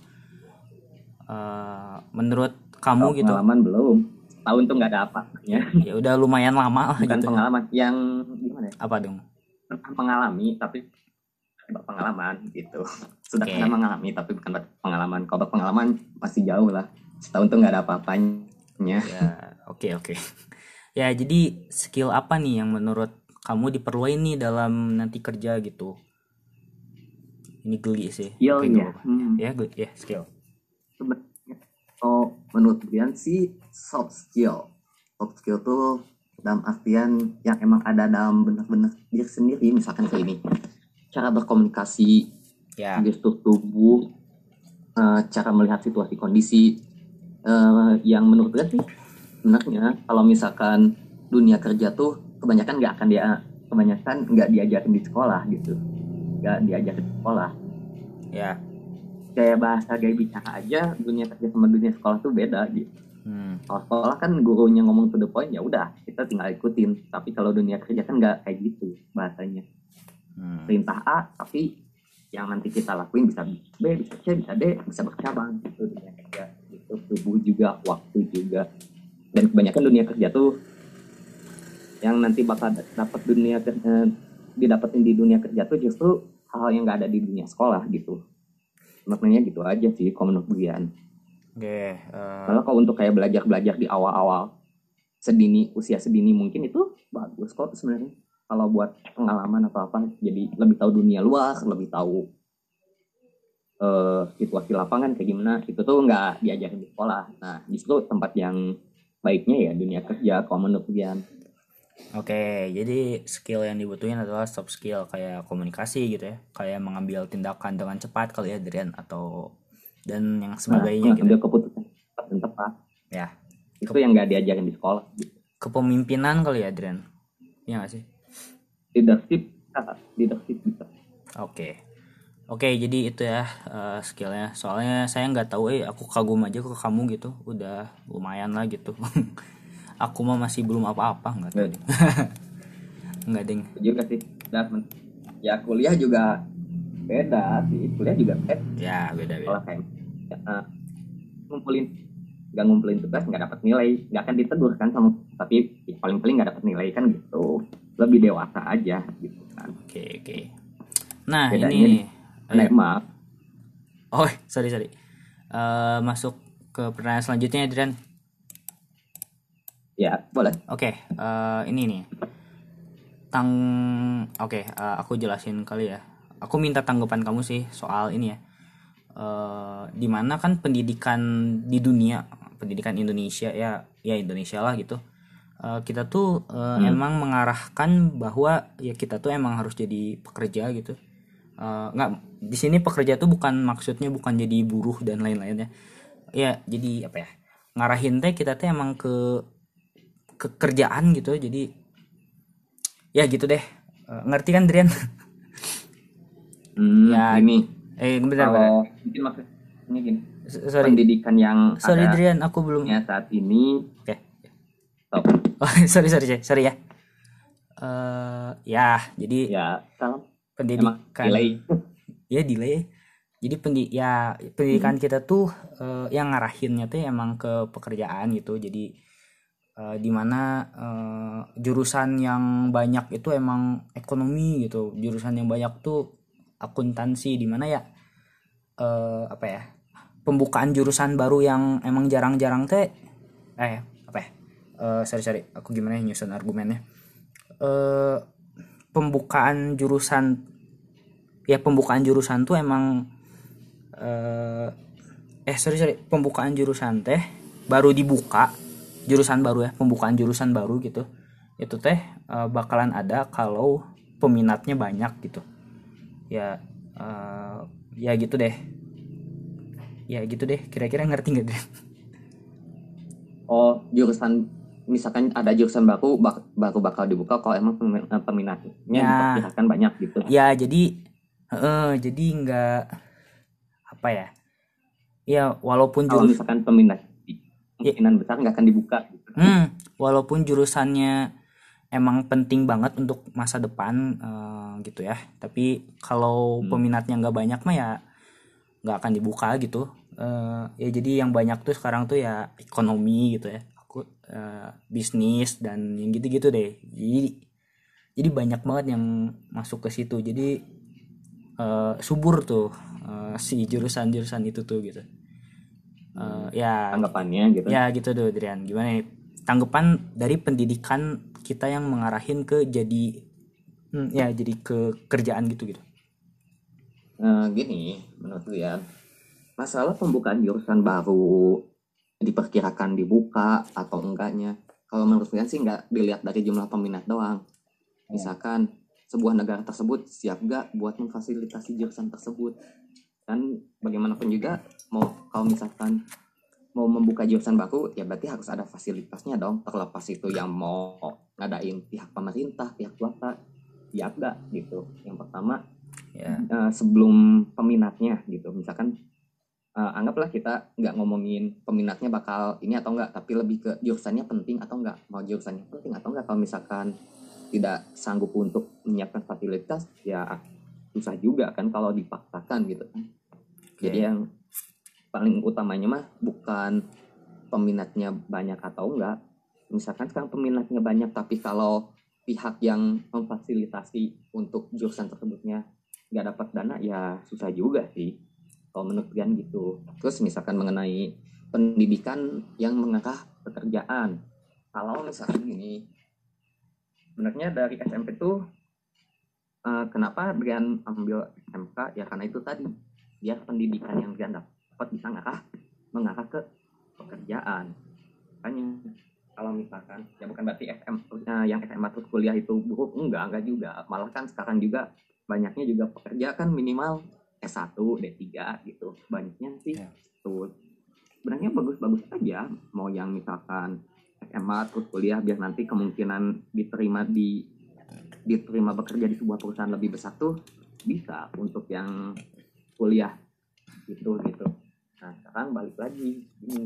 Menurut kamu gitu? Pengalaman belum. Tahun tuh nggak ada apa-apanya. Ya udah lumayan lama lah. Bukan gitu. Pengalaman yang gimana ya? Apa dong? Mengalami tapi pengalaman gitu. Sudah pernah mengalami tapi bukan pengalaman. Kalau pengalaman masih jauh lah. Setahun tuh nggak ada apa-apanya. Ya, oke. Ya, jadi skill apa nih yang menurut kamu diperluin nih dalam nanti kerja gitu? Ini geli sih. Skill ya. Ya, skill. So, menurut kalian sih soft skill. Soft skill tuh dalam artian yang emang ada dalam benak-benak diri sendiri. Misalkan kayak ini, cara berkomunikasi, gestur tubuh, cara melihat situasi kondisi. Yang menurut kalian sih sebenarnya kalau misalkan dunia kerja tuh kebanyakan nggak diajarin di sekolah gitu, nggak diajarin di sekolah. Ya. Kayak bahasa gaya bicara aja dunia kerja sama dunia sekolah tuh beda gitu. Kalau sekolah kan gurunya ngomong to the point, ya udah kita tinggal ikutin. Tapi kalau dunia kerja kan nggak kayak gitu bahasanya. Perintah A tapi yang nanti kita lakuin bisa B, bisa C, bisa D, bisa bercabang gitu dunia kerja. Gitu, tubuh juga, waktu juga. Dan kebanyakan dunia kerja tuh yang nanti bakal didapetin di dunia kerja tuh justru hal yang nggak ada di dunia sekolah gitu. Maknanya gitu aja sih kalau menurut Brian. Kalau untuk kayak belajar di awal-awal usia sedini mungkin itu bagus kok sebenarnya. Kalau buat pengalaman atau apa, jadi lebih tahu dunia luar, lebih tahu situasi lapangan kayak gimana, itu tuh nggak diajarin di sekolah. Nah justru tempat yang baiknya ya dunia kerja kalau menurut Brian. Oke, jadi skill yang dibutuhin adalah soft skill kayak komunikasi gitu ya, kayak mengambil tindakan dengan cepat kali ya, Drian, atau dan yang sebagainya gitu. Mengambil keputusan cepat dan tepat. Ya. Itu yang nggak diajarin di sekolah. Gitu. Kepemimpinan kali ya, Drian. Iya nggak sih? Leadership bisa. Oke, jadi itu ya skillnya. Soalnya saya nggak tahu, aku kagum aja ke kamu gitu, udah lumayan lah gitu. Aku mah masih belum apa-apa, nggak tahu. Nggak ding. Juga sih. Ya kuliah juga beda sih, kuliah juga beda. Ya beda. Kalau kayak ngumpulin nggak ngumpulin tugas nggak dapat nilai, nggak akan ditegur kan sama, tapi paling-paling nggak dapat nilai kan gitu, lebih dewasa aja gitu kan. Oke. Nah Bedanya ini maaf. sorry. Masuk ke pertanyaan selanjutnya Adrian. Ya boleh. Oke, ini nih. Aku jelasin kali ya. Aku minta tanggapan kamu sih soal ini ya. Dimana kan pendidikan di dunia, pendidikan Indonesia ya Indonesia lah gitu. Kita tuh emang mengarahkan bahwa ya kita tuh emang harus jadi pekerja gitu. Nggak, di sini pekerja tuh maksudnya bukan jadi buruh dan lain-lainnya. Ya jadi apa ya? Ngarahin teh kita tuh emang ke kerjaan gitu. Jadi ya gitu deh. Ngerti kan Drian? Ya ini bentar. kalau mungkin maksudnya gini, Sorry. pendidikan yang Sorry ada Drian, aku belum saat ini. Oke. Stop. Sorry ya. Ya, jadi Ya salah. pendidikan Delay. ya delay. Jadi pendidikan kita tuh yang ngarahinnya tuh emang ke pekerjaan gitu. Jadi dimana jurusan yang banyak itu emang ekonomi gitu, jurusan yang banyak tuh akuntansi, dimana ya apa ya, pembukaan jurusan baru yang emang jarang-jarang teh sorry aku gimana ya nyusun argumennya. Pembukaan jurusan tuh emang pembukaan jurusan teh baru dibuka, jurusan baru ya, pembukaan jurusan baru gitu, itu teh bakalan ada kalau peminatnya banyak gitu ya. Ya gitu deh kira-kira ngerti nggak deh? Oh, jurusan misalkan ada jurusan baru bakal dibuka kalau emang peminatnya diperkirakan banyak gitu ya. Jadi nggak apa ya, ya walaupun kalau misalkan peminat kemungkinan besar nggak akan dibuka gitu. Walaupun jurusannya emang penting banget untuk masa depan gitu ya, tapi kalau peminatnya nggak banyak mah ya nggak akan dibuka gitu. Ya jadi yang banyak tuh sekarang tuh ya ekonomi gitu ya, bisnis dan yang gitu-gitu deh. Jadi banyak banget yang masuk ke situ, jadi subur tuh si jurusan itu tuh gitu. Ya tanggapannya gitu. Ya gitu tuh Drian, gimana nih tanggapan dari pendidikan kita yang mengarahin ke jadi jadi ke kerjaan gitu. Gini menurut gue ya, masalah pembukaan jurusan baru diperkirakan dibuka atau enggaknya, kalau menurut gue sih nggak dilihat dari jumlah peminat doang. Misalkan sebuah negara tersebut siap gak buat memfasilitasi jurusan tersebut, kan bagaimanapun juga kalau misalkan mau membuka jurusan baru ya berarti harus ada fasilitasnya dong, terlepas itu yang mau ngadain pihak pemerintah, pihak swasta, siap gak gitu. Yang pertama sebelum peminatnya gitu, misalkan anggaplah kita nggak ngomongin peminatnya bakal ini atau enggak, tapi lebih ke jurusannya penting atau enggak, mau jurusannya penting atau enggak. Kalau misalkan tidak sanggup untuk menyiapkan fasilitas ya susah juga kan kalau dipaksakan gitu kan. Jadi yang paling utamanya mah bukan peminatnya banyak atau enggak. Misalkan sekarang peminatnya banyak tapi kalau pihak yang memfasilitasi untuk jurusan tersebutnya nggak dapat dana ya susah juga sih kalau menurut Gian gitu. Terus misalkan mengenai pendidikan yang mengarah pekerjaan, kalau misalkan gini, sebenarnya dari SMP tuh kenapa Brian ambil SMK ya karena itu tadi, dia pendidikan yang Brian dapat bisa mengarah ke pekerjaan. Makanya kalau misalkan ya bukan berarti yang SMA terus kuliah itu buruk, enggak juga, malah kan sekarang juga banyaknya juga pekerja kan minimal S1, D3 gitu, banyaknya sih tuh. Sebenarnya bagus-bagus aja mau yang misalkan SMA terus kuliah biar nanti kemungkinan diterima bekerja di sebuah perusahaan lebih besar tuh bisa untuk yang kuliah gitu. Nah sekarang balik lagi ini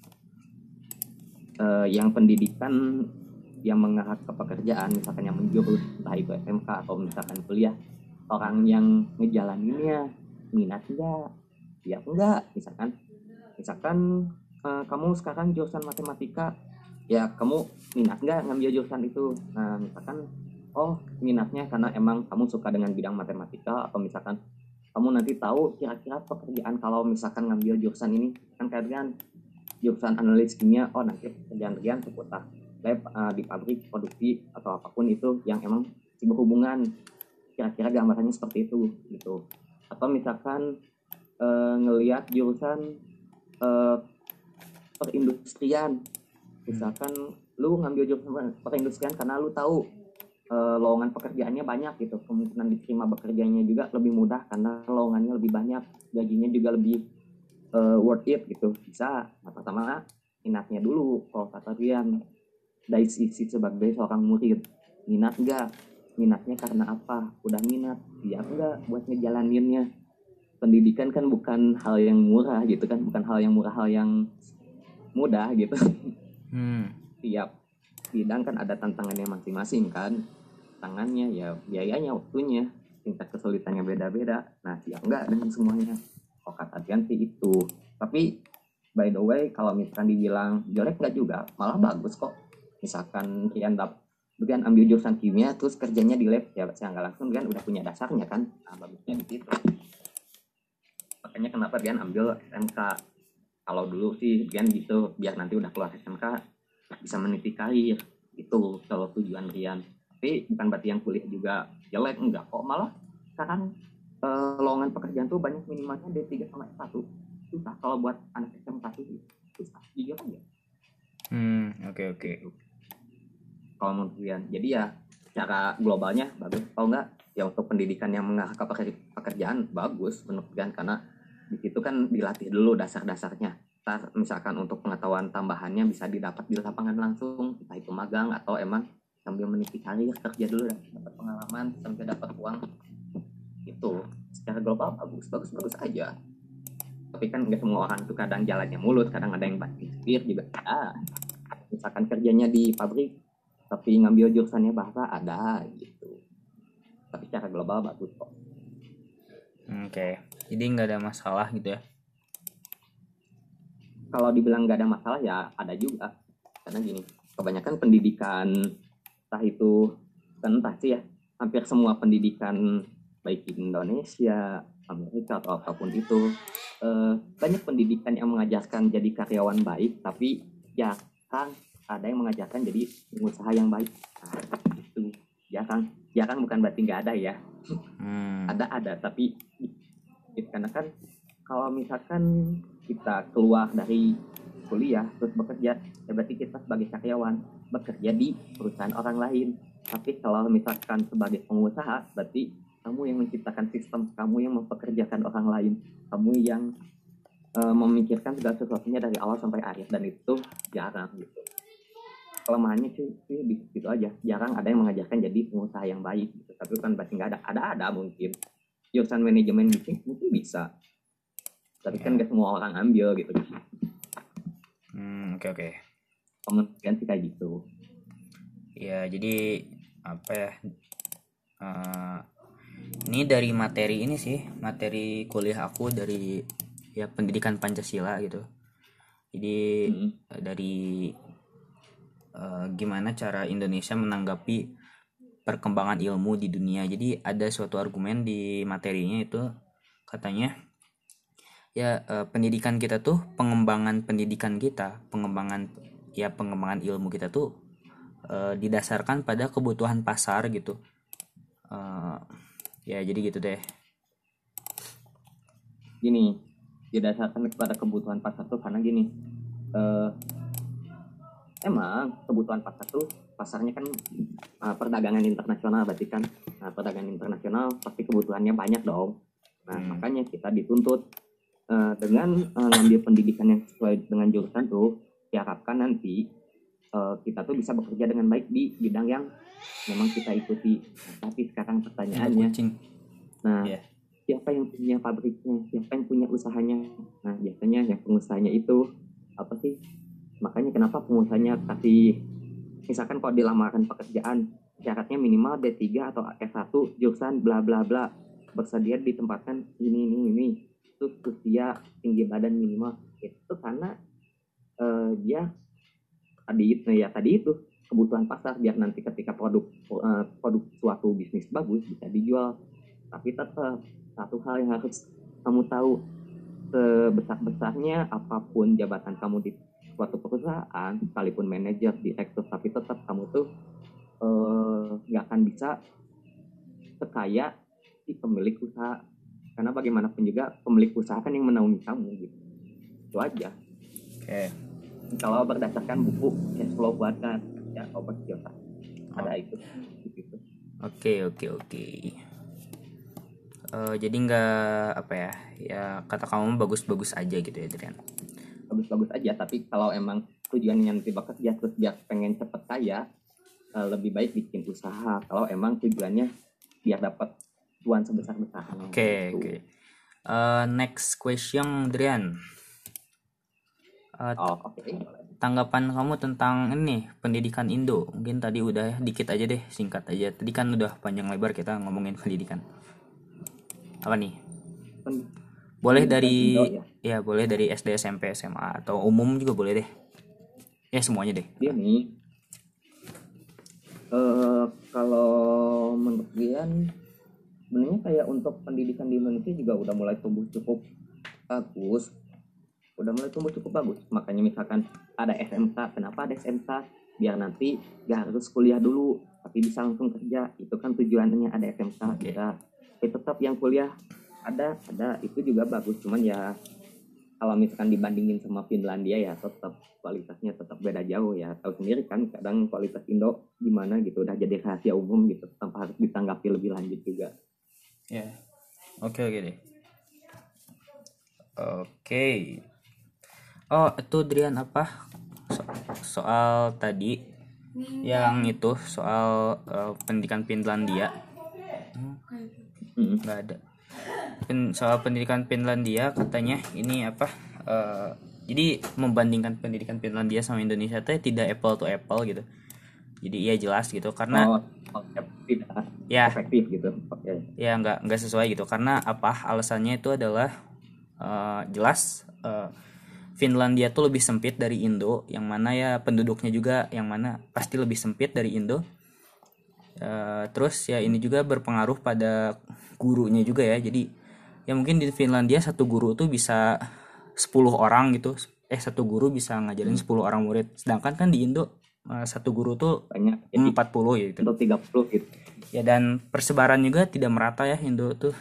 yang pendidikan yang mengarah ke pekerjaan, misalkan yang menjurus entah itu SMK atau misalkan kuliah, orang yang ngejalaninnya minat enggak, siap enggak. Misalkan kamu sekarang jurusan matematika, ya kamu minat nggak ngambil jurusan itu. Nah misalkan oh minatnya karena emang kamu suka dengan bidang matematika, atau misalkan kamu nanti tahu kira-kira pekerjaan kalau misalkan ngambil jurusan ini, kan kalian jurusan analis kimia, oh nanti pekerjaan seputar lab di pabrik produksi atau apapun itu yang emang berhubungan, kira-kira gambarannya seperti itu gitu. Atau misalkan ngelihat jurusan perindustrian, misalkan lu ngambil jurusan perindustrian karena lu tahu lowongan pekerjaannya banyak gitu, kemungkinan diterima bekerjanya juga lebih mudah karena lowongannya lebih banyak, gajinya juga lebih worth it gitu. Bisa. Nah, pertama minatnya dulu. Kalau kata Rian dari sisi sebagai seorang murid, minat enggak, minatnya karena apa, udah minat siap enggak buat ngejalaninnya. Pendidikan kan bukan hal yang murah gitu kan, bukan hal yang murah, hal yang mudah gitu. Tiap bidang kan ada tantangannya masing-masing kan, tangannya ya biayanya, waktunya, tingkat kesulitannya beda-beda. Nah siap enggak dengan semuanya? Oh kata Adrian sih itu. Tapi by the way kalau misalkan dibilang jelek enggak juga, malah bagus kok. Misalkan Rian ambil jurusan kimia terus kerjanya di lab, ya nggak langsung Rian udah punya dasarnya kan. Nah bagusnya di situ. Makanya kenapa Rian ambil SMK. Kalau dulu sih Rian gitu, biar nanti udah keluar SMK bisa meniti karir itu kalau tujuan Rian. Tapi bukan berarti yang kuliah juga jelek, enggak kok. Malah sekarang lowongan pekerjaan tuh banyak minimalnya D3 sama S1. Susah kalau buat anak SMK tuh, susah jujur aja. Oke. Kalau menurut Rian, jadi ya secara globalnya bagus. Kalau enggak ya untuk pendidikan yang mengarah ke pekerjaan bagus menurut Rian, karena di situ kan dilatih dulu dasar-dasarnya. Misalkan untuk pengetahuan tambahannya bisa didapat di lapangan langsung, entah itu magang atau emang sambil meniti karir, kerja dulu dan dapat pengalaman sampai dapat uang. Itu secara global bagus aja. Tapi kan nggak semua orang tuh kadang jalannya mulut, kadang ada yang banting setir juga. Misalkan kerjanya di pabrik tapi ngambil jurusannya bahasa, ada gitu. Tapi secara global bagus kok. Oke. Jadi nggak ada masalah gitu ya? Kalau dibilang nggak ada masalah ya ada juga. Karena gini, kebanyakan pendidikan, entah itu entah sih ya, hampir semua pendidikan baik di Indonesia, Amerika atau apapun itu, banyak pendidikan yang mengajarkan jadi karyawan baik, tapi ya kan ada yang mengajarkan jadi pengusaha yang baik. Nah, itu jarang bukan berarti nggak ada ya. Ada tapi karena kan kalau misalkan kita keluar dari kuliah terus bekerja, ya berarti kita sebagai karyawan bekerja di perusahaan orang lain. Tapi kalau misalkan sebagai pengusaha, berarti kamu yang menciptakan sistem, kamu yang mempekerjakan orang lain, kamu yang memikirkan segala sesuatunya dari awal sampai akhir, dan itu jarang gitu. Kelemahannya sih di situ aja, jarang ada yang mengajarkan jadi pengusaha yang baik gitu. Tapi kan berarti nggak ada mungkin jurusan manajemen bisnis mungkin bisa, tapi kan nggak semua orang ambil gitu. Oke. Kemudian sih kayak gitu. Ya jadi apa ya? Ini dari materi ini sih, materi kuliah aku dari ya pendidikan Pancasila gitu. Jadi dari gimana cara Indonesia menanggapi perkembangan ilmu di dunia. Jadi ada suatu argumen di materinya itu katanya ya pendidikan kita tuh, pengembangan pendidikan kita, pengembangan ilmu kita tuh didasarkan pada kebutuhan pasar gitu. Ya jadi gitu deh. Gini, didasarkan kepada kebutuhan pasar tuh karena gini, emang kebutuhan pasar tuh, pasarnya kan perdagangan internasional berarti kan. Nah, perdagangan internasional pasti kebutuhannya banyak dong. Nah, makanya kita dituntut dengan ngambil pendidikan yang sesuai dengan jurusan tuh, diharapkan nanti kita tuh bisa bekerja dengan baik di bidang yang memang kita ikuti. Nah, tapi sekarang pertanyaannya, siapa yang punya pabriknya, siapa yang punya usahanya? Nah, biasanya yang pengusahanya itu apa sih? Makanya kenapa pengusahanya kasih, misalkan kalau dilamaran pekerjaan, syaratnya minimal D3 atau S1 jurusan bla bla bla, bersedia ditempatkan ini terus usia tinggi badan minimal. Itu karena dia tadi itu kebutuhan pasar, biar nanti ketika produk suatu bisnis bagus bisa dijual. Tapi tetap satu hal yang harus kamu tahu, sebesar-besarnya apapun jabatan kamu di suatu perusahaan, sekalipun manajer, direktur, tapi tetap kamu tuh nggak akan bisa sekaya si pemilik usaha, karena bagaimanapun juga pemilik usaha kan yang menaungi kamu gitu. Itu aja. Kalau berdasarkan buku cash flow buatan ya Robert Kiyosaki ada itu gitu. Oke. Jadi nggak apa ya kata kamu bagus-bagus aja gitu ya Drian. Bagus-bagus aja, tapi kalau emang tujuannya nanti bekerja terus biar pengen cepet kaya, lebih baik bikin usaha kalau emang tujuannya biar dapat cuan sebesar-besarnya. Oke. Next question Drian. Oke. Tanggapan kamu tentang ini pendidikan Indo, mungkin tadi udah dikit aja deh, singkat aja. Tadi kan udah panjang lebar kita ngomongin pendidikan. Apa nih? Boleh dari Indo, ya boleh dari SD, SMP, SMA atau umum juga boleh deh. Ya semuanya deh. Dia nih kalau menurut Dian sebenarnya kayak untuk pendidikan di Indonesia juga udah mulai tumbuh cukup bagus. Makanya misalkan ada SMK, kenapa ada SMK? Biar nanti gak harus kuliah dulu tapi bisa langsung kerja. Itu kan tujuannya ada SMK. Kita tetap yang kuliah ada itu juga bagus, cuman ya kalau misalkan dibandingin sama Finlandia ya tetap kualitasnya tetap beda jauh ya. Tahu sendiri kan kadang kualitas Indo gimana gitu, udah jadi rahasia umum gitu tanpa harus ditanggapi lebih lanjut juga. Ya. Oke deh. Oke. Oh, itu Drian apa? Soal tadi yang itu soal pendidikan Finlandia. Nggak ada. Soal pendidikan Finlandia katanya ini apa? Jadi membandingkan pendidikan Finlandia sama Indonesia itu tidak apple to apple gitu. Jadi ya jelas gitu karena tidak efektif gitu. Ya nggak sesuai gitu karena apa? Alasannya itu adalah jelas Finlandia tuh lebih sempit dari Indo, yang mana ya penduduknya juga yang mana pasti lebih sempit dari Indo. Terus ya ini juga berpengaruh pada gurunya juga ya. Jadi ya mungkin di Finlandia satu guru tuh bisa 10 orang gitu. Satu guru bisa ngajarin 10 orang murid. Sedangkan kan di Indo satu guru tuh banyak, 40 gitu. Atau 30 gitu. Ya dan persebaran juga tidak merata ya Indo tuh.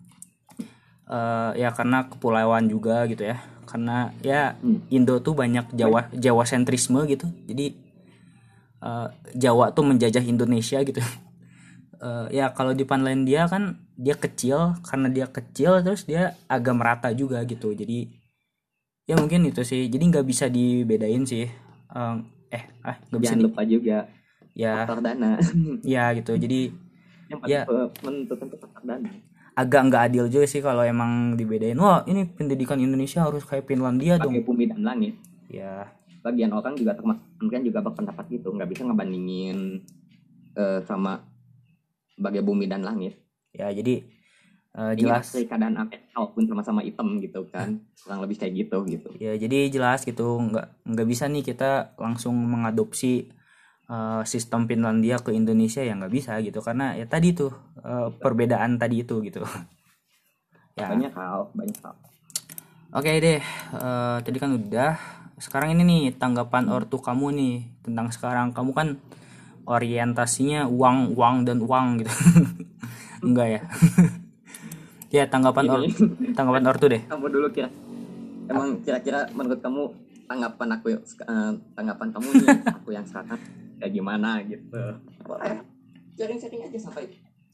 Ya karena kepulauan juga gitu ya. Karena ya Indo tuh banyak Jawa sentrisme gitu. Jadi Jawa tuh menjajah Indonesia gitu. Ya kalau di Finlandia kan dia kecil, karena dia kecil terus dia agak merata juga gitu. Jadi ya mungkin itu sih. Jadi nggak bisa dibedain sih. Nggak bisa. Jangan lupa juga ya faktor dana. Ya gitu. Jadi yang menentukan itu faktor dana. Agak nggak adil juga sih kalau emang dibedain. Wah ini pendidikan Indonesia harus kayak Finlandia dong. Pakai bumi dan langit. Ya. Bagian orang juga termasuk kan juga berpendapat gitu. Nggak bisa ngebandingin sama bagai bumi dan langit. Ya jadi jelas keadaan apapun sama-sama hitam gitu kan, kurang lebih kayak gitu. Ya jadi jelas gitu, nggak bisa nih kita langsung mengadopsi sistem Finlandia ke Indonesia, ya nggak bisa gitu karena ya tadi tuh perbedaan tadi itu gitu. Ya. Banyak hal. Oke deh, tadi kan udah. Sekarang ini nih tanggapan ortu kamu nih tentang sekarang. Kamu kan orientasinya uang dan uang gitu. Enggak ya? Ya tanggapan ortu deh. Kamu dulu emang kira-kira menurut kamu tanggapan kamu nih aku yang sekarang kayak gimana gitu. Boleh sharing aja sampai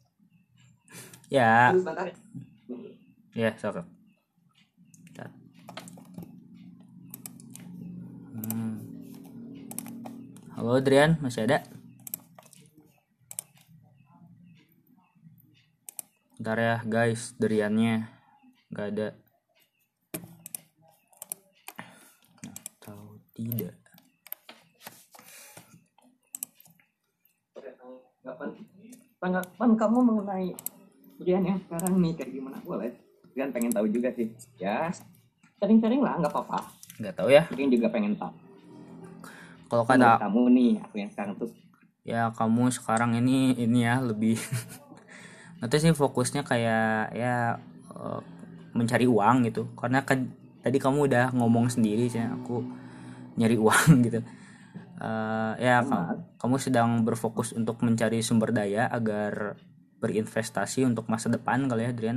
ya ya sok. Halo Adrian, masih ada? Bentar ya guys, Driannya nggak ada atau tidak. Tanggapan tanggapan kamu mengenai Rian yang sekarang nih kayak gimana? Boleh. Rian pengen tahu juga sih. Ya, sering-sering lah, nggak apa-apa. Nggak tahu ya. Rian juga pengen tahu. Kalau Menurut kata kamu nih, aku yang sekarang tuh. ya kamu sekarang ini ya lebih nanti sih fokusnya kayak ya mencari uang gitu. Karena kan tadi kamu udah ngomong sendiri sih aku nyari uang gitu. Ya kamu sedang berfokus untuk mencari sumber daya agar berinvestasi untuk masa depan kali ya, Adrian.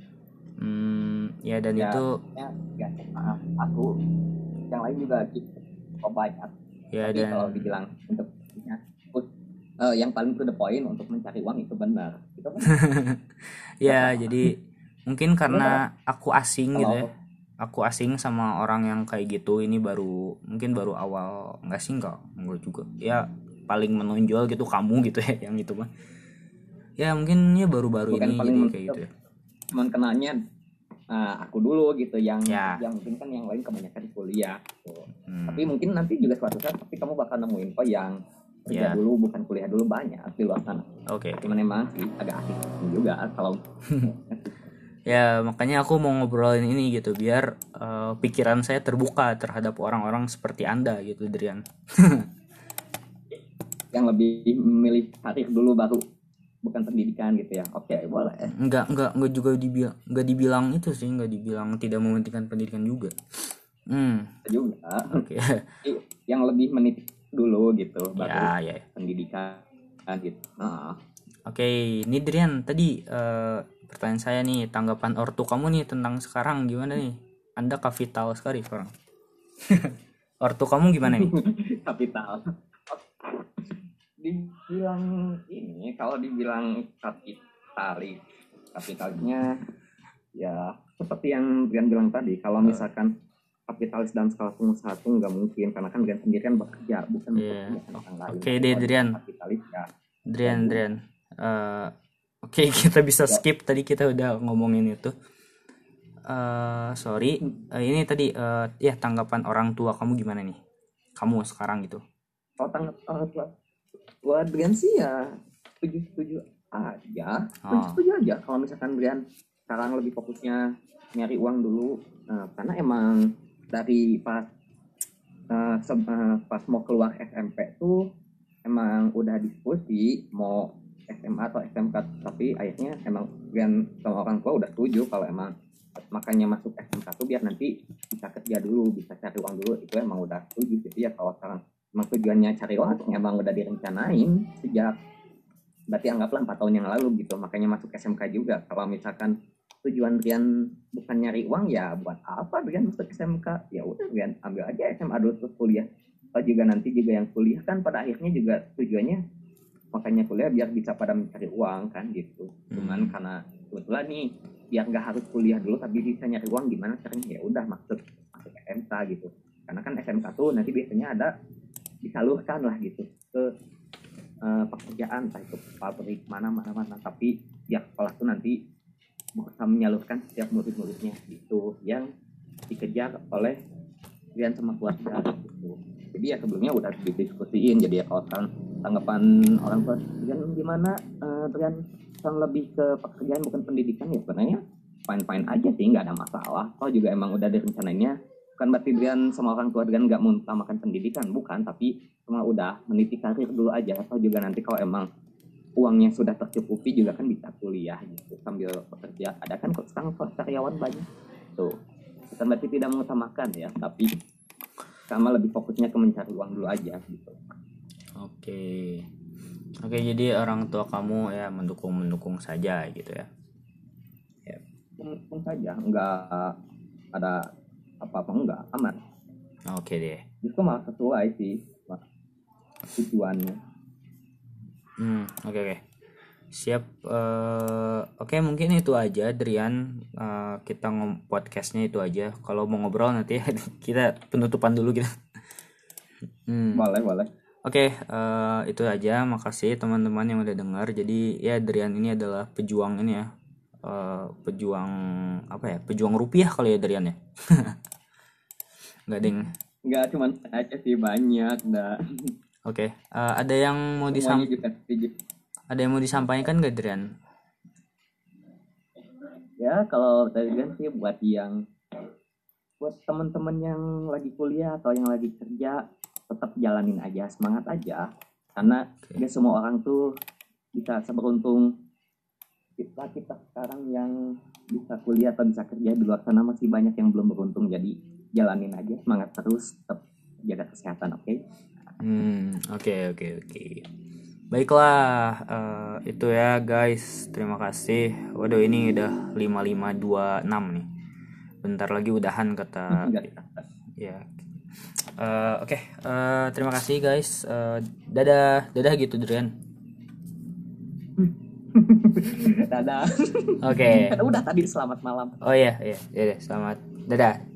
Ya dan Ya, itu ya, maaf, aku yang lain juga gitu. Kok banyak. ya. Tapi Dan kalau dibilang untuk yang paling to the point untuk mencari uang itu benar. Itu benar. ya jadi mungkin karena aku asing gitu ya. Kalau Aku asing sama orang yang kayak gitu. Ini mungkin baru awal, enggak juga ya, paling menonjol gitu kamu gitu ya yang itu mah ya mungkin ya baru-baru bukan ini paling jadi kayak gitu ya. cuman kenanya aku dulu gitu yang Ya. mungkin kan yang lain kebanyakan kuliah gitu. Tapi mungkin nanti juga suatu saat tapi kamu bakal nemuin yang kerja dulu bukan kuliah dulu, banyak di luar sana. Oke. Cuman emang sih agak asik juga kalau ya makanya aku mau ngobrolin ini gitu biar pikiran saya terbuka terhadap orang-orang seperti Anda gitu, Drian. yang lebih memilih karir dulu baru bukan pendidikan gitu ya. Oke, boleh. Enggak juga dibilang itu sih, enggak dibilang tidak mementingkan pendidikan juga. Juga. Oke. Yang lebih meniti dulu gitu baru Ya. pendidikan gitu. Oke, ini Drian tadi pertanyaan saya nih, tanggapan ortu kamu nih tentang sekarang gimana nih? Anda kapital sekali sekarang. Ortu kamu gimana nih? Kapital. Dibilang ini, kalau dibilang kapitalisnya ya seperti yang Brian bilang tadi, kalau misalkan kapitalis dalam skala pengusaha itu nggak mungkin karena kan Brian sendiri kan bekerja bukan bekerja orang lain. Oke deh Drian. Kapitalis ya. Drian. Oke, kita bisa skip tadi kita udah ngomongin itu. Sorry. Ini tadi ya tanggapan orang tua kamu gimana nih? Kamu sekarang gitu. Kalau tanggapan orang tua buat Brian sih ya setuju aja. Setuju aja kalau misalkan Brian sekarang lebih fokusnya nyari uang dulu. Karena emang dari pas mau keluar SMP tuh emang udah diskusi mau SMA atau SMK, tapi akhirnya emang Brian sama orang tua udah setuju kalau emang makanya masuk SMK tuh biar nanti bisa kerja dulu, bisa cari uang dulu, itu emang udah setuju gitu ya. Kalau sekarang emang tujuannya cari uang emang udah direncanain sejak berarti anggaplah 4 tahun yang lalu gitu, makanya masuk SMK juga. Kalau misalkan tujuan Brian bukan nyari uang ya buat apa Brian masuk SMK, ya udah Brian ambil aja SMA dulu terus kuliah. Atau juga nanti juga yang kuliah kan pada akhirnya juga tujuannya makanya kuliah biar bisa pada mencari uang kan gitu. Cuman karena kebetulan nih biar nggak harus kuliah dulu tapi bisa nyari uang, gimana caranya, ya udah masuk SMK gitu. Karena kan SMK tuh nanti biasanya ada disalurkan lah gitu ke pekerjaan, entah itu pabrik mana, tapi ya sekolah tuh nanti bisa menyalurkan setiap murid-muridnya gitu yang dikejar oleh Rian sama keluarga gitu. Jadi ya sebelumnya udah didiskusiin. Jadi ya kalau sekarang tanggapan orang tua Rian gimana, Rian yang lebih ke pekerjaan bukan pendidikan, ya sebenarnya fine aja sih, nggak ada masalah. Kalau juga emang udah direncananya, bukan berarti Brian sama orang tua Brian nggak mengutamakan pendidikan, bukan, tapi cuma udah meniti karir dulu aja. Atau juga nanti kalau emang uangnya sudah tercukupi juga kan bisa kuliah gitu sambil bekerja. Ada kan kok sekarang karyawan banyak tuh, bukan berarti tidak mengutamakan ya, tapi sama lebih fokusnya ke mencari uang dulu aja gitu. Oke, jadi orang tua kamu ya mendukung saja gitu ya. Mendukung saja, nggak ada apa-apa, enggak, aman. Oke deh. Itu malah sesuai sih tujuannya. Oke. Siap. Oke, mungkin itu aja Drian. Kita podcastnya itu aja. Kalau mau ngobrol nanti kita penutupan dulu gitu. Boleh. Oke, itu aja. Makasih teman-teman yang udah dengar. Jadi ya Drian ini adalah pejuang ini ya. Pejuang apa ya? Pejuang rupiah kali ya Drian ya. Enggak ding. Enggak cuman aja sih, banyak dah. Oke, ada yang mau disampaikan? Ada yang mau disampaikan gak, Drian? Ya kalau tadi kan sih buat teman-teman yang lagi kuliah atau yang lagi kerja, tetap jalanin aja, semangat aja, karena gak semua orang tuh bisa seberuntung kita sekarang yang bisa kuliah atau bisa kerja. Di luar sana masih banyak yang belum beruntung, jadi jalanin aja, semangat terus, tetap jaga kesehatan, oke? Oke. Baiklah, itu ya guys. Terima kasih. Waduh, ini udah 5526 nih. Bentar lagi udahan kata. Ya. Oke. Terima kasih guys. Dadah gitu, Drian. Dadah. Oke. Udah tadi selamat malam. Oh iya, selamat. Dadah.